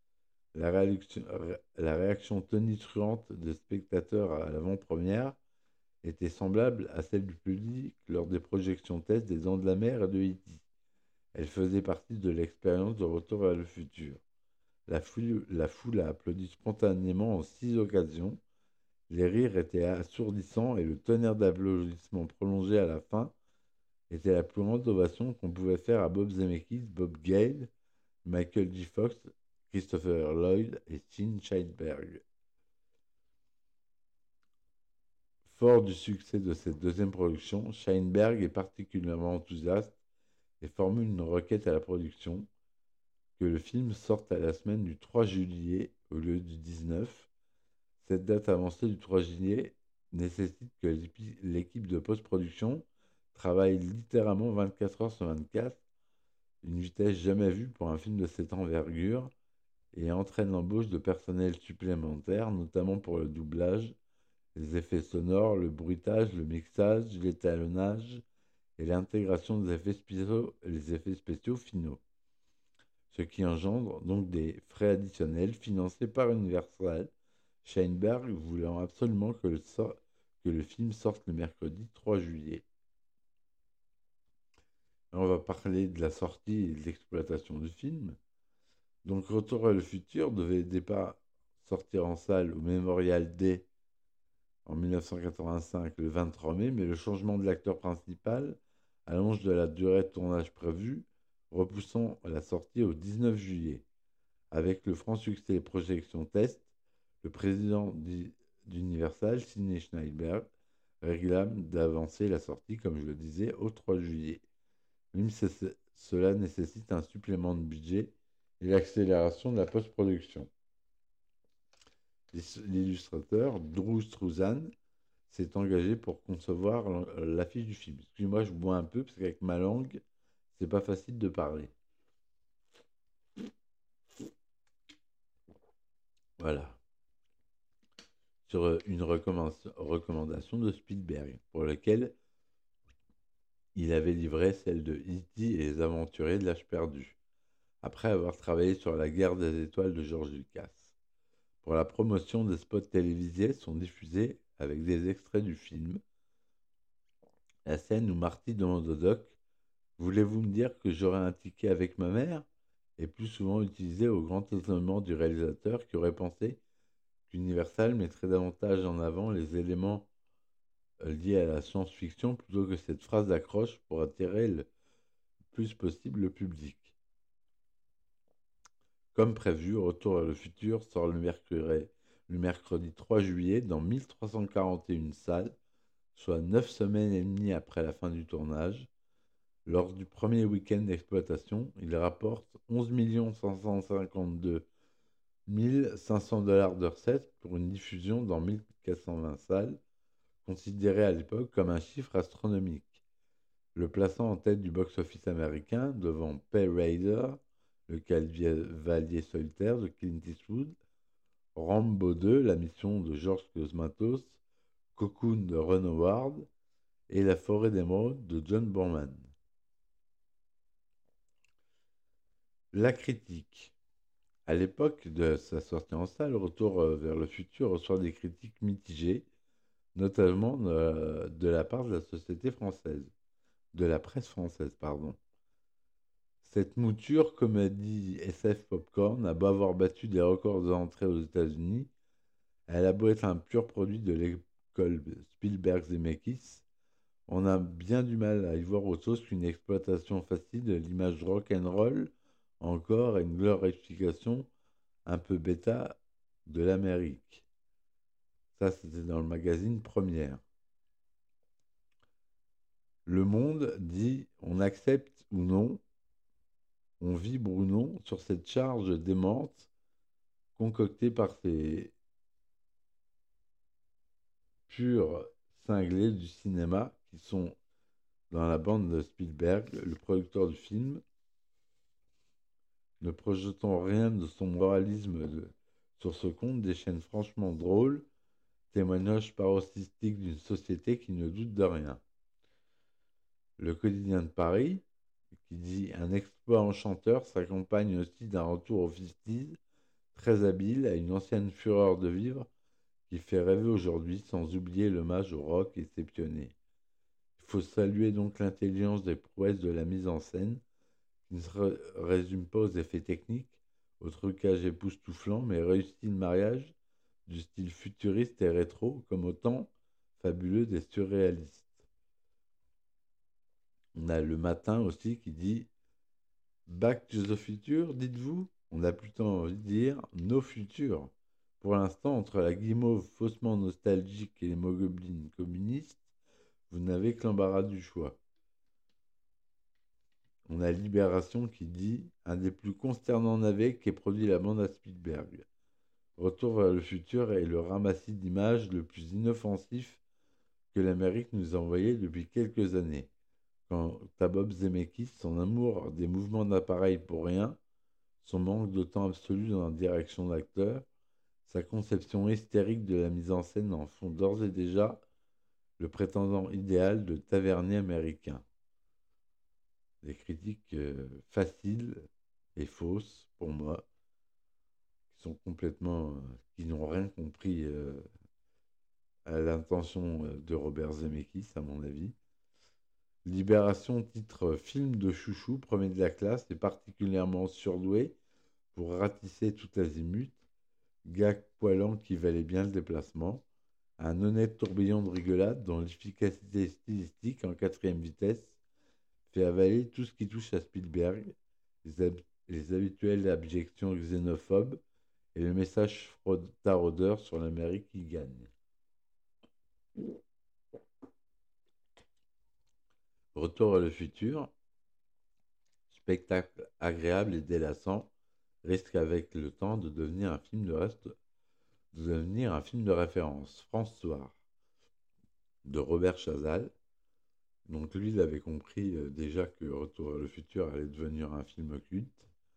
La réaction tonitruante des spectateurs à l'avant-première était semblable à celle du public lors des projections test des Dents de la Mer et de E.T. Elle faisait partie de l'expérience de Retour vers le futur. La foule a applaudi spontanément en 6 occasions. Les rires étaient assourdissants et le tonnerre d'applaudissements prolongés à la fin était la plus grande ovation qu'on pouvait faire à Bob Zemeckis, Bob Gale, Michael J. Fox, Christopher Lloyd et Gene Scheidberg. Fort du succès de cette deuxième production, Scheinberg est particulièrement enthousiaste et formule une requête à la production que le film sorte à la semaine du 3 juillet au lieu du 19. Cette date avancée du 3 juillet nécessite que l'équipe de post-production travaille littéralement 24 heures sur 24, une vitesse jamais vue pour un film de cette envergure, et entraîne l'embauche de personnel supplémentaire, notamment pour le doublage, les effets sonores, le bruitage, le mixage, l'étalonnage et l'intégration les effets spéciaux finaux. Ce qui engendre donc des frais additionnels financés par Universal, Scheinberg voulant absolument que le film sorte le mercredi 3 juillet. On va parler de la sortie et de l'exploitation du film. Donc Retour à le futur devait au départ sortir en salle au Memorial Day en 1985, le 23 mai, mais le changement de l'acteur principal allonge de la durée de tournage prévue, repoussant la sortie au 19 juillet. Avec le franc succès des projections test, le président d'Universal, Sidney Schneider, réclame d'avancer la sortie, comme je le disais, au 3 juillet. Même si cela nécessite un supplément de budget et l'accélération de la post-production. L'illustrateur Drew Struzan s'est engagé pour concevoir l'affiche du film. Excusez-moi, je bois un peu parce qu'avec ma langue, c'est pas facile de parler. Voilà. Sur une recommandation de Spielberg, pour laquelle il avait livré celle de E.T. et les aventuriers de l'âge perdu, après avoir travaillé sur La guerre des étoiles de George Lucas. Pour la promotion, des spots télévisés sont diffusés avec des extraits du film. La scène où Marty demande au doc: Voulez-vous me dire que j'aurai un ticket avec ma mère? Est plus souvent utilisée au grand étonnement du réalisateur qui aurait pensé qu'Universal mettrait davantage en avant les éléments liés à la science-fiction plutôt que cette phrase d'accroche pour attirer le plus possible le public. Comme prévu, Retour vers le futur sort le mercredi 3 juillet dans 1341 salles, soit 9 semaines et demie après la fin du tournage. Lors du premier week-end d'exploitation, il rapporte 11 552 500 $ de recettes pour une diffusion dans 1420 salles, considéré à l'époque comme un chiffre astronomique, le plaçant en tête du box-office américain devant Pay Raider, le cavalier solitaire de Clint Eastwood, Rambo 2, la mission de George Cosmatos, Cocoon de Ron Howard et La forêt d'émeraude de John Borman. La critique. À l'époque de sa sortie en salle, Retour vers le futur reçoit des critiques mitigées, notamment de la part de la société française, de la presse française, pardon. Cette mouture comédie SF Popcorn a beau avoir battu des records d'entrée aux États-Unis, elle a beau être un pur produit de l'école Spielberg-Zemeckis, on a bien du mal à y voir autre chose qu'une exploitation facile de l'image rock'n'roll, encore une glorification un peu bêta de l'Amérique. Ça, c'était dans le magazine Première. Le Monde dit: on accepte ou non, on vibre ou non sur cette charge démente concoctée par ces purs cinglés du cinéma qui sont dans la bande de Spielberg, le producteur du film, ne projetant rien de son moralisme sur ce compte, déchaîne franchement drôle, témoignage paroxystique d'une société qui ne doute de rien. Le quotidien de Paris, qui dit: un exploit enchanteur s'accompagne aussi d'un retour aux 50s, très habile, à une ancienne fureur de vivre qui fait rêver aujourd'hui, sans oublier l'hommage au rock exceptionné. Il faut saluer donc l'intelligence des prouesses de la mise en scène, qui ne se résume pas aux effets techniques, au trucage époustouflant, mais réussit le mariage du style futuriste et rétro, comme au temps fabuleux des surréalistes. On a Le Matin aussi qui dit Back to the Future, dites-vous? On a plutôt envie de dire Nos futurs. Pour l'instant, entre la guimauve faussement nostalgique et les mogoblins communistes, vous n'avez que l'embarras du choix. On a Libération qui dit un des plus consternants navets qu'ait produit la bande à Spielberg. Retour vers le futur est le ramassis d'images le plus inoffensif que l'Amérique nous a envoyé depuis quelques années. Quant à Bob Zemeckis, son amour des mouvements d'appareil pour rien, son manque de temps absolu dans la direction d'acteur, sa conception hystérique de la mise en scène en font d'ores et déjà le prétendant idéal de tavernier américain. Des critiques faciles et fausses pour moi, qui sont complètement, qui n'ont rien compris à l'intention de Robert Zemeckis, à mon avis. Libération titre Film de chouchou, premier de la classe, et particulièrement surdoué pour ratisser tout azimut, gag poilant qui valait bien le déplacement, un honnête tourbillon de rigolade dont l'efficacité stylistique en quatrième vitesse fait avaler tout ce qui touche à Spielberg, les habituelles abjections xénophobes et le message taraudeur sur l'Amérique qui gagne. Retour à le futur, spectacle agréable et délassant, risque avec le temps de devenir un film de référence. François de Robert Chazal. Donc lui, il avait compris déjà que Retour à le futur allait devenir un film culte.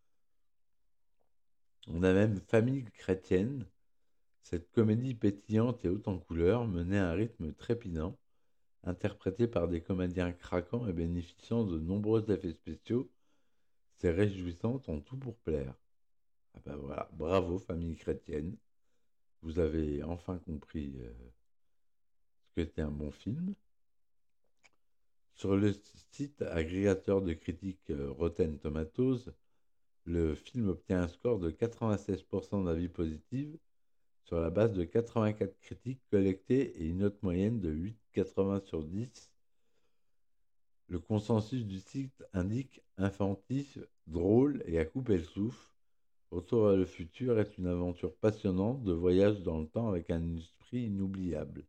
On a même Famille chrétienne, cette comédie pétillante et haute en couleurs menée à un rythme trépidant, interprétée par des comédiens craquants et bénéficiant de nombreux effets spéciaux. C'est réjouissante en tout pour plaire. Ah ben voilà, bravo Famille chrétienne, vous avez enfin compris ce qu'était un bon film. Sur le site agrégateur de critiques Rotten Tomatoes, le film obtient un score de 96% d'avis positifs sur la base de 84 critiques collectées et une note moyenne de 8,80 sur 10. Le consensus du site indique inventif, drôle et à couper le souffle. Retour à le futur est une aventure passionnante de voyage dans le temps avec un esprit inoubliable.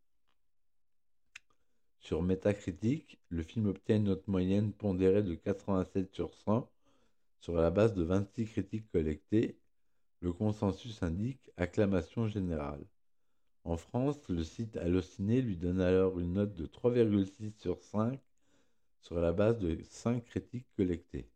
Sur Metacritic, le film obtient une note moyenne pondérée de 87 sur 100 sur la base de 26 critiques collectées. Le consensus indique acclamation générale. En France, le site Allociné lui donne alors une note de 3,6 sur 5 sur la base de 5 critiques collectées.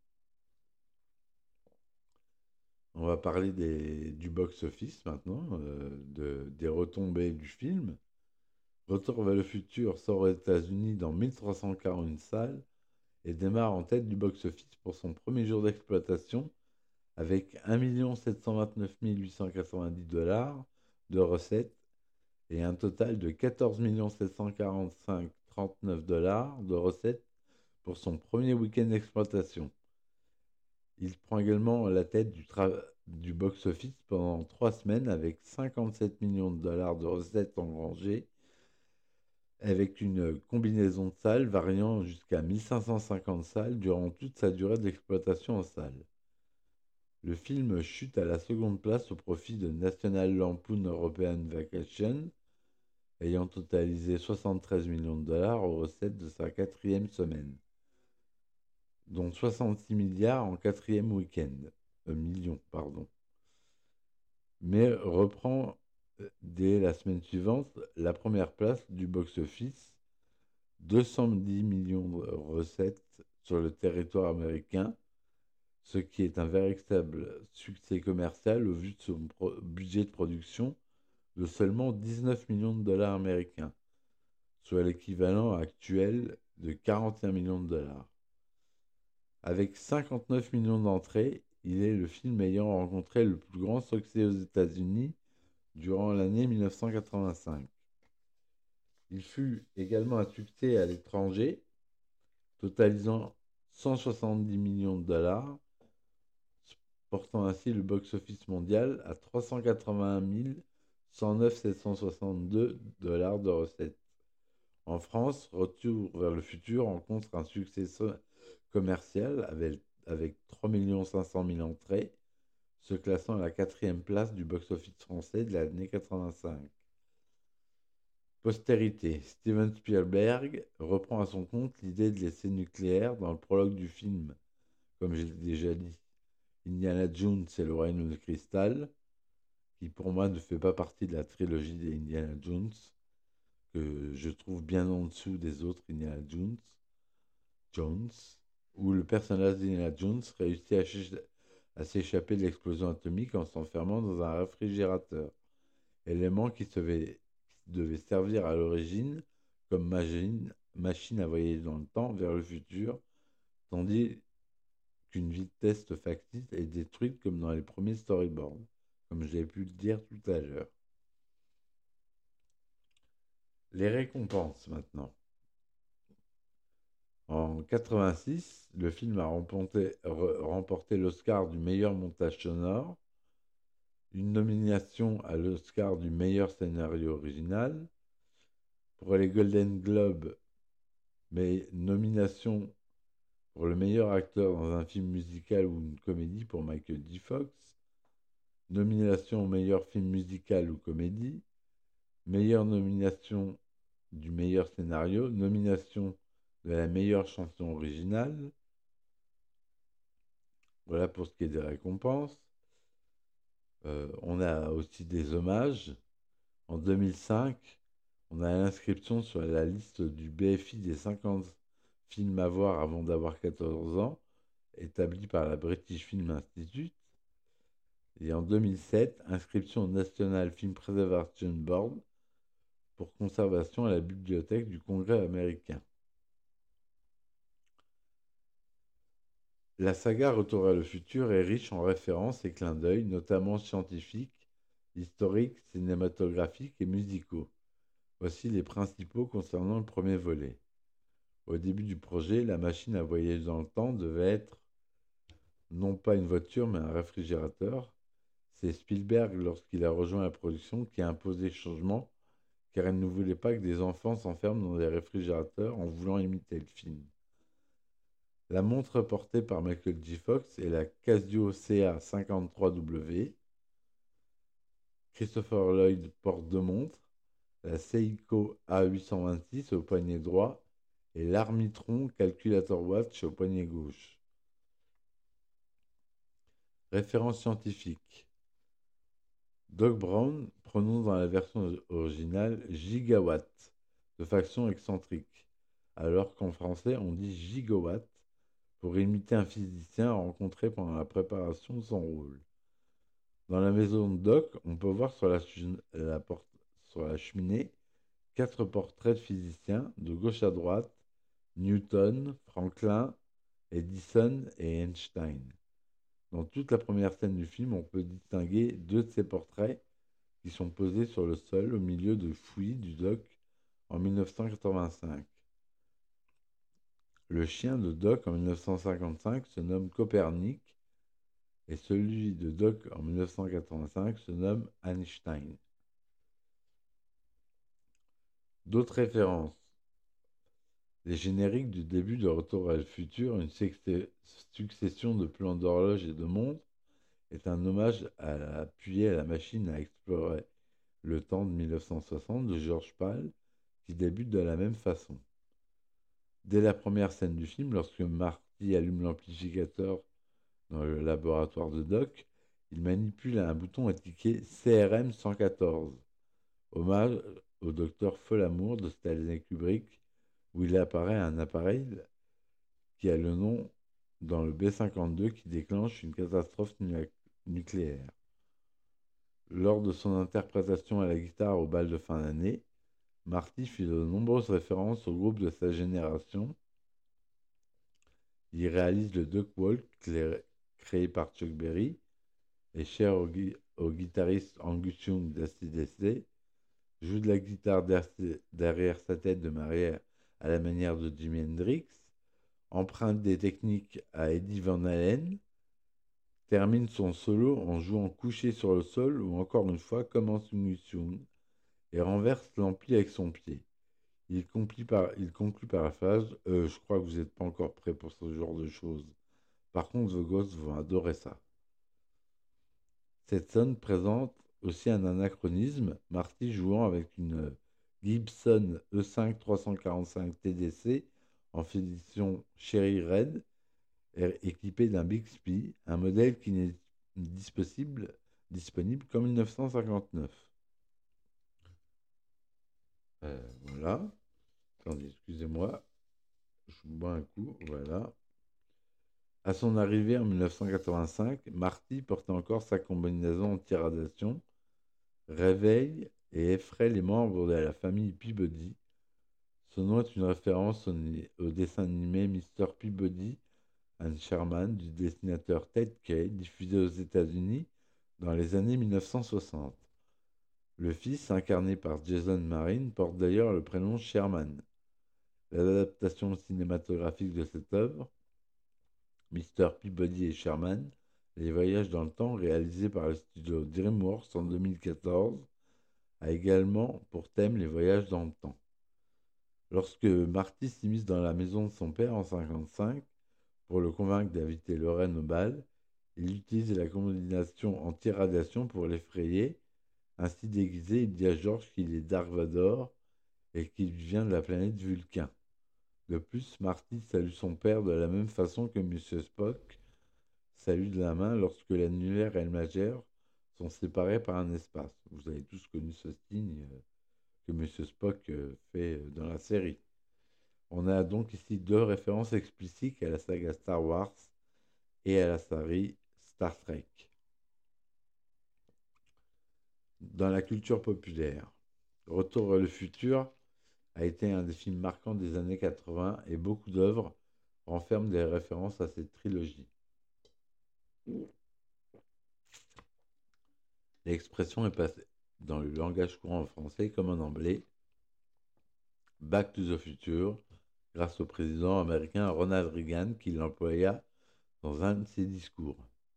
On va parler du box-office maintenant, des retombées du film. Retour vers le futur sort aux États-Unis dans 1341 salles et démarre en tête du box-office pour son premier jour d'exploitation avec 1 729 890 $ de recettes et un total de 14 745 39 $ de recettes pour son premier week-end d'exploitation. Il prend également la tête du box-office pendant 3 semaines avec 57 millions de dollars de recettes engrangées, avec une combinaison de salles variant jusqu'à 1550 salles durant toute sa durée d'exploitation en salle. Le film chute à la seconde place au profit de National Lampoon European Vacation, ayant totalisé 73 millions de dollars aux recettes de sa quatrième semaine, dont 66 milliards en quatrième week-end. Millions, pardon. Mais reprend dès la semaine suivante la première place du box-office, 210 millions de recettes sur le territoire américain, ce qui est un véritable succès commercial au vu de son budget de production de seulement 19 millions de dollars américains, soit l'équivalent actuel de 41 millions de dollars. Avec 59 millions d'entrées, il est le film ayant rencontré le plus grand succès aux États-Unis durant l'année 1985. Il fut également un succès à l'étranger, totalisant 170 millions de dollars, portant ainsi le box-office mondial à 381 109 762 $ de recettes. En France, Retour vers le futur rencontre un succès commercial avec 3 500 000 entrées, se classant à la quatrième place du box-office français de l'année 85. Postérité. Steven Spielberg reprend à son compte l'idée de l'essai nucléaire dans le prologue du film, comme j'ai déjà dit. Indiana Jones et le Royaume de Cristal, qui pour moi ne fait pas partie de la trilogie des Indiana Jones, que je trouve bien en dessous des autres Indiana Jones, où le personnage d'Indiana Jones réussit à s'échapper de l'explosion atomique en s'enfermant dans un réfrigérateur, élément qui devait servir à l'origine comme machine à voyager dans le temps vers le futur, tandis qu'une vitesse factice est détruite comme dans les premiers storyboards, comme j'ai pu le dire tout à l'heure. Les récompenses maintenant. En 86, le film a remporté l'Oscar du meilleur montage sonore, une nomination à l'Oscar du meilleur scénario original, pour les Golden Globes, mais nomination pour le meilleur acteur dans un film musical ou une comédie pour Michael J. Fox, nomination au meilleur film musical ou comédie, meilleure nomination du meilleur scénario, nomination de la meilleure chanson originale. Voilà pour ce qui est des récompenses. On a aussi des hommages. En 2005, on a l'inscription sur la liste du BFI des 50 films à voir avant d'avoir 14 ans, établie par la British Film Institute. Et en 2007, inscription au National Film Preservation Board pour conservation à la bibliothèque du Congrès américain. La saga Retour vers le futur est riche en références et clins d'œil, notamment scientifiques, historiques, cinématographiques et musicaux. Voici les principaux concernant le premier volet. Au début du projet, la machine à voyager dans le temps devait être non pas une voiture mais un réfrigérateur. C'est Spielberg, lorsqu'il a rejoint la production, qui a imposé le changement car il ne voulait pas que des enfants s'enferment dans des réfrigérateurs en voulant imiter le film. La montre portée par Michael J. Fox est la Casio CA53W. Christopher Lloyd porte deux montres, la Seiko A826 au poignet droit et l'Armitron Calculator Watch au poignet gauche. Référence scientifique. Doc Brown prononce dans la version originale gigawatt, de façon excentrique, alors qu'en français on dit gigawatt pour imiter un physicien rencontré pendant la préparation de son rôle. Dans la maison de Doc, on peut voir sur la cheminée 4 portraits de physiciens, de gauche à droite, Newton, Franklin, Edison et Einstein. Dans toute la première scène du film, on peut distinguer 2 de ces portraits qui sont posés sur le sol au milieu de fouilles du Doc en 1985. Le chien de Doc en 1955 se nomme Copernic et celui de Doc en 1985 se nomme Einstein. D'autres références. Les génériques du début de Retour vers le futur, une succession de plans d'horloge et de montres, est un hommage appuyé à la machine à explorer le temps de 1960 de George Pal, qui débute de la même façon. Dès la première scène du film, lorsque Marty allume l'amplificateur dans le laboratoire de Doc, il manipule un bouton indiqué CRM 114, hommage au docteur Folamour de Stanley Kubrick, où il apparaît un appareil qui a le nom dans le B-52 qui déclenche une catastrophe nucléaire. Lors de son interprétation à la guitare au bal de fin d'année, Marty fit de nombreuses références au groupe de sa génération. Il réalise le Duck Walk créé par Chuck Berry et cher au guitariste Angus Young d'ACDC, joue de la guitare derrière sa tête de manière à la manière de Jimi Hendrix, emprunte des techniques à Eddie Van Halen, termine son solo en jouant couché sur le sol ou encore une fois comme en Sung et renverse l'ampli avec son pied. Il conclut par la phrase Je crois que vous n'êtes pas encore prêt pour ce genre de choses. Par contre, vos gosses vont adorer ça. Cette scène présente aussi un anachronisme, Marty jouant avec une Gibson E5 345 TDC en finition Cherry Red, équipée d'un Bixby, un modèle qui n'est disponible qu'en 1959. Voilà. Attendez, excusez-moi. Je bois un coup. Voilà. À son arrivée en 1985, Marty portait encore sa combinaison anti-radiation, réveille et effraie les membres de la famille Peabody. Ce nom est une référence au dessin animé Mr. Peabody and Sherman du dessinateur Ted Kay, diffusé aux États-Unis dans les années 1960. Le fils, incarné par Jason Marine, porte d'ailleurs le prénom Sherman. L'adaptation cinématographique de cette œuvre, Mr. Peabody et Sherman, Les voyages dans le temps, réalisé par le studio DreamWorks en 2014, a également pour thème les voyages dans le temps. Lorsque Marty s'immisce dans la maison de son père en 1955 pour le convaincre d'inviter Lorraine au bal, il utilise la combinaison anti-radiation pour l'effrayer. Ainsi déguisé, il dit à George qu'il est Dark Vador et qu'il vient de la planète Vulcain. De plus, Marty salue son père de la même façon que Monsieur Spock salue de la main lorsque l'annulaire et le majeur sont séparés par un espace. Vous avez tous connu ce signe que Monsieur Spock fait dans la série. On a donc ici deux références explicites à la saga Star Wars et à la série Star Trek. Dans la culture populaire, Retour vers le futur a été un des films marquants des années 80 et beaucoup d'œuvres renferment des références à cette trilogie. L'expression est passée dans le langage courant en français comme en anglais Back to the Future grâce au président américain Ronald Reagan qui l'employa dans un de ses discours.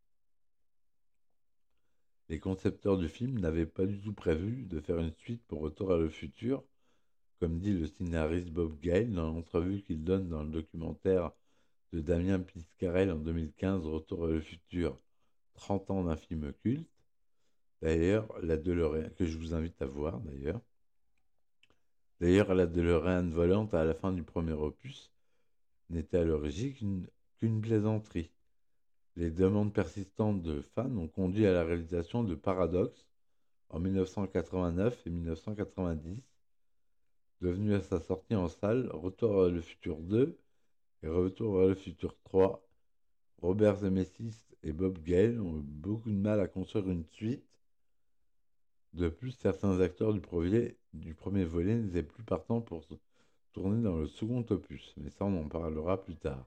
Les concepteurs du film n'avaient pas du tout prévu de faire une suite pour Retour à le futur, comme dit le scénariste Bob Gale dans l'entrevue qu'il donne dans le documentaire de Damien Piscarel en 2015, Retour à le futur, 30 ans d'un film culte. D'ailleurs, la DeLorean, que je vous invite à voir d'ailleurs. D'ailleurs, la DeLorean volante à la fin du premier opus n'était à l'origine qu'une plaisanterie. Les demandes persistantes de fans ont conduit à la réalisation de Paradox en 1989 et 1990, devenu à sa sortie en salle Retour vers le futur 2 et Retour vers le futur 3. Robert Zemeckis et Bob Gale ont eu beaucoup de mal à construire une suite. De plus, certains acteurs du premier volet n'étaient plus partants pour tourner dans le second opus, mais ça on en parlera plus tard.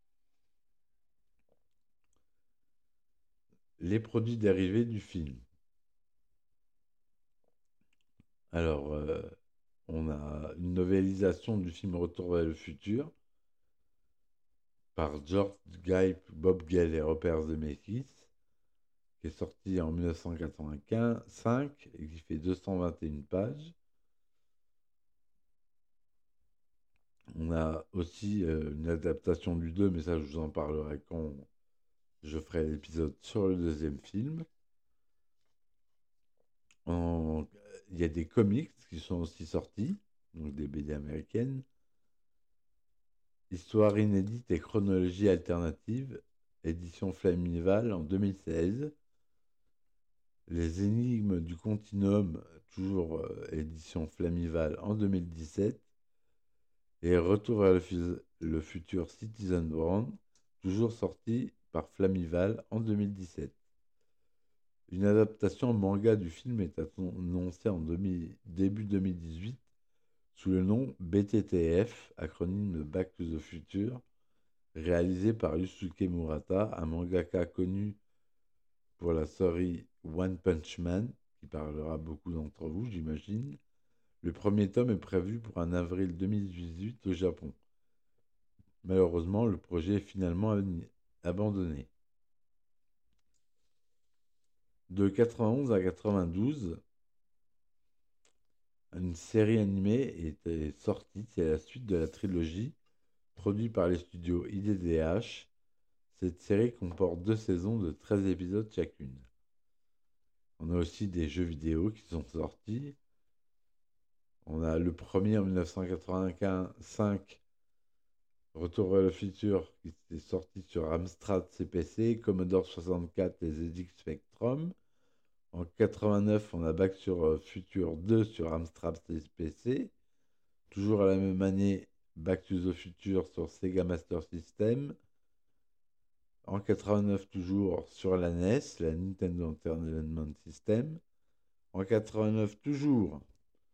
Les produits dérivés du film. Alors, on a une novélisation du film Retour vers le futur par George Guy, Bob Gale et Robert Zemeckis, qui est sorti en 1985 et qui fait 221 pages. On a aussi une adaptation du 2, mais ça je vous en parlerai quand je ferai l'épisode sur le deuxième film. Il y a des comics qui sont aussi sortis, donc des BD américaines. Histoire inédite et chronologie alternative, édition Flaminival en 2016. Les énigmes du continuum, toujours édition Flamival en 2017. Et Retour vers le futur Citizen Brown, toujours sorti par Flamival en 2017. Une adaptation manga du film est annoncée en début 2018 sous le nom BTTF, acronyme de Back to the Future, réalisé par Yusuke Murata, un mangaka connu pour la série One Punch Man, qui parlera beaucoup d'entre vous, j'imagine. Le premier tome est prévu pour un avril 2018 au Japon. Malheureusement, le projet est finalement abandonné. De 91 à 92, une série animée était sortie. C'est la suite de la trilogie produite par les studios IDDH. Cette série comporte 2 saisons de 13 épisodes chacune. On a aussi des jeux vidéo qui sont sortis. On a le premier en 1985, Retour vers le futur, qui était sorti sur Amstrad CPC, Commodore 64 et ZX Spectrum. En 89, on a Back sur Future 2 sur Amstrad CPC. Toujours à la même année, Back to the Future sur Sega Master System. En 89, toujours sur la NES, la Nintendo Entertainment System. En 89, toujours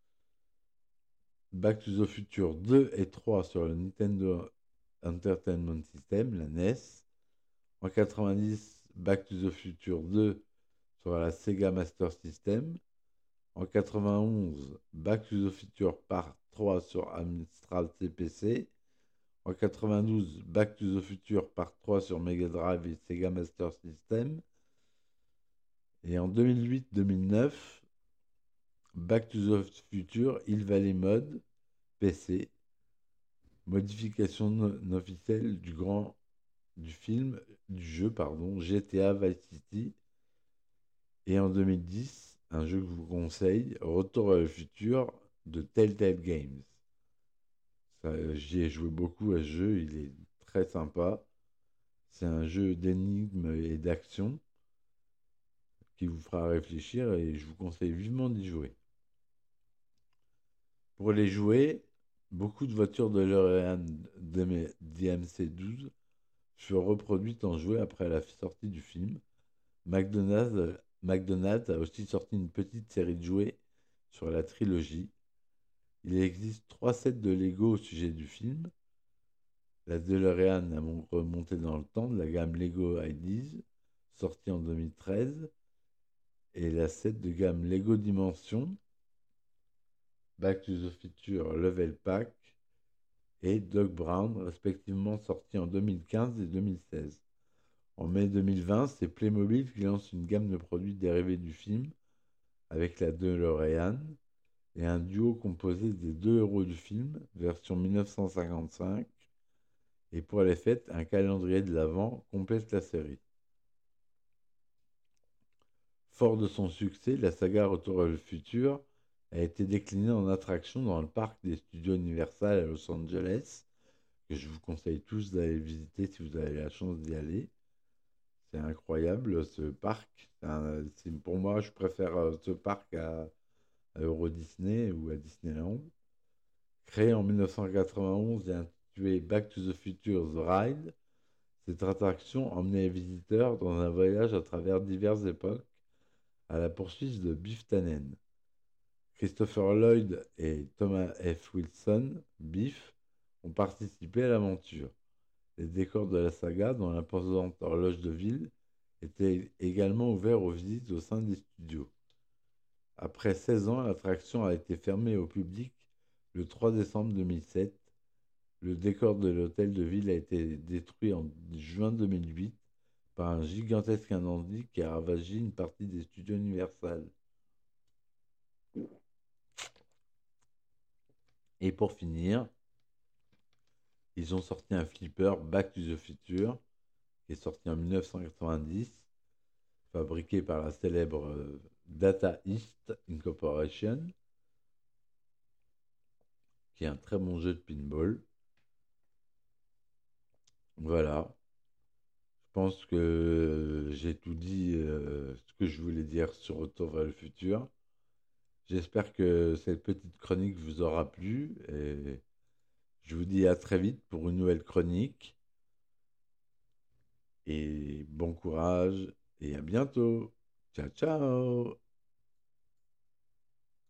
Back to the Future 2 et 3 sur le Nintendo Entertainment System, la NES. En 90, Back to the Future 2 sur la Sega Master System. En 91, Back to the Future Part 3 sur Amstrad CPC. En 92, Back to the Future Part 3 sur Mega Drive et Sega Master System. Et en 2008-2009, Back to the Future Hill Valley Mode PC. Modification non officielle du film, du jeu, pardon, GTA Vice City. Et en 2010, un jeu que je vous conseille, Retour à le futur de Telltale Games. J'y ai joué beaucoup à ce jeu, il est très sympa. C'est un jeu d'énigmes et d'action qui vous fera réfléchir et je vous conseille vivement d'y jouer. Pour les jouer, beaucoup de voitures de l'Oréal DMC-12 furent reproduites en jouets après la sortie du film. McDonald's a aussi sorti une petite série de jouets sur la trilogie. Il existe 3 sets de Lego au sujet du film. La DeLorean a remonté dans le temps de la gamme Lego Ideas, sortie en 2013, et la set de gamme Lego Dimension, Back to the Future Level Pack et Doc Brown, respectivement sortis en 2015 et 2016. En mai 2020, c'est Playmobil qui lance une gamme de produits dérivés du film avec la DeLorean et un duo composé des 2 héros du film, version 1955. Et pour les fêtes, un calendrier de l'Avent complète la série. Fort de son succès, la saga Retour vers le futur a été déclinée en attraction dans le parc des studios Universal à Los Angeles, que je vous conseille tous d'aller visiter si vous avez la chance d'y aller. C'est incroyable ce parc. Pour moi, je préfère ce parc à Euro Disney ou à Disneyland. Créé en 1991 et intitulé Back to the Future The Ride, cette attraction emmenait les visiteurs dans un voyage à travers diverses époques à la poursuite de Biff Tannen. Christopher Lloyd et Thomas F. Wilson, Biff, ont participé à l'aventure. Les décors de la saga, dont l'imposante horloge de ville, étaient également ouverts aux visites au sein des studios. Après 16 ans, l'attraction a été fermée au public le 3 décembre 2007. Le décor de l'hôtel de ville a été détruit en juin 2008 par un gigantesque incendie qui a ravagé une partie des studios Universal. Et pour finir, ils ont sorti un flipper Back to the Future, qui est sorti en 1990, fabriqué par la célèbre Data East Incorporation, qui est un très bon jeu de pinball. Voilà, je pense que j'ai tout dit ce que je voulais dire sur Retour vers le futur. J'espère que cette petite chronique vous aura plu et je vous dis à très vite pour une nouvelle chronique. Et bon courage et à bientôt. Ciao, ciao.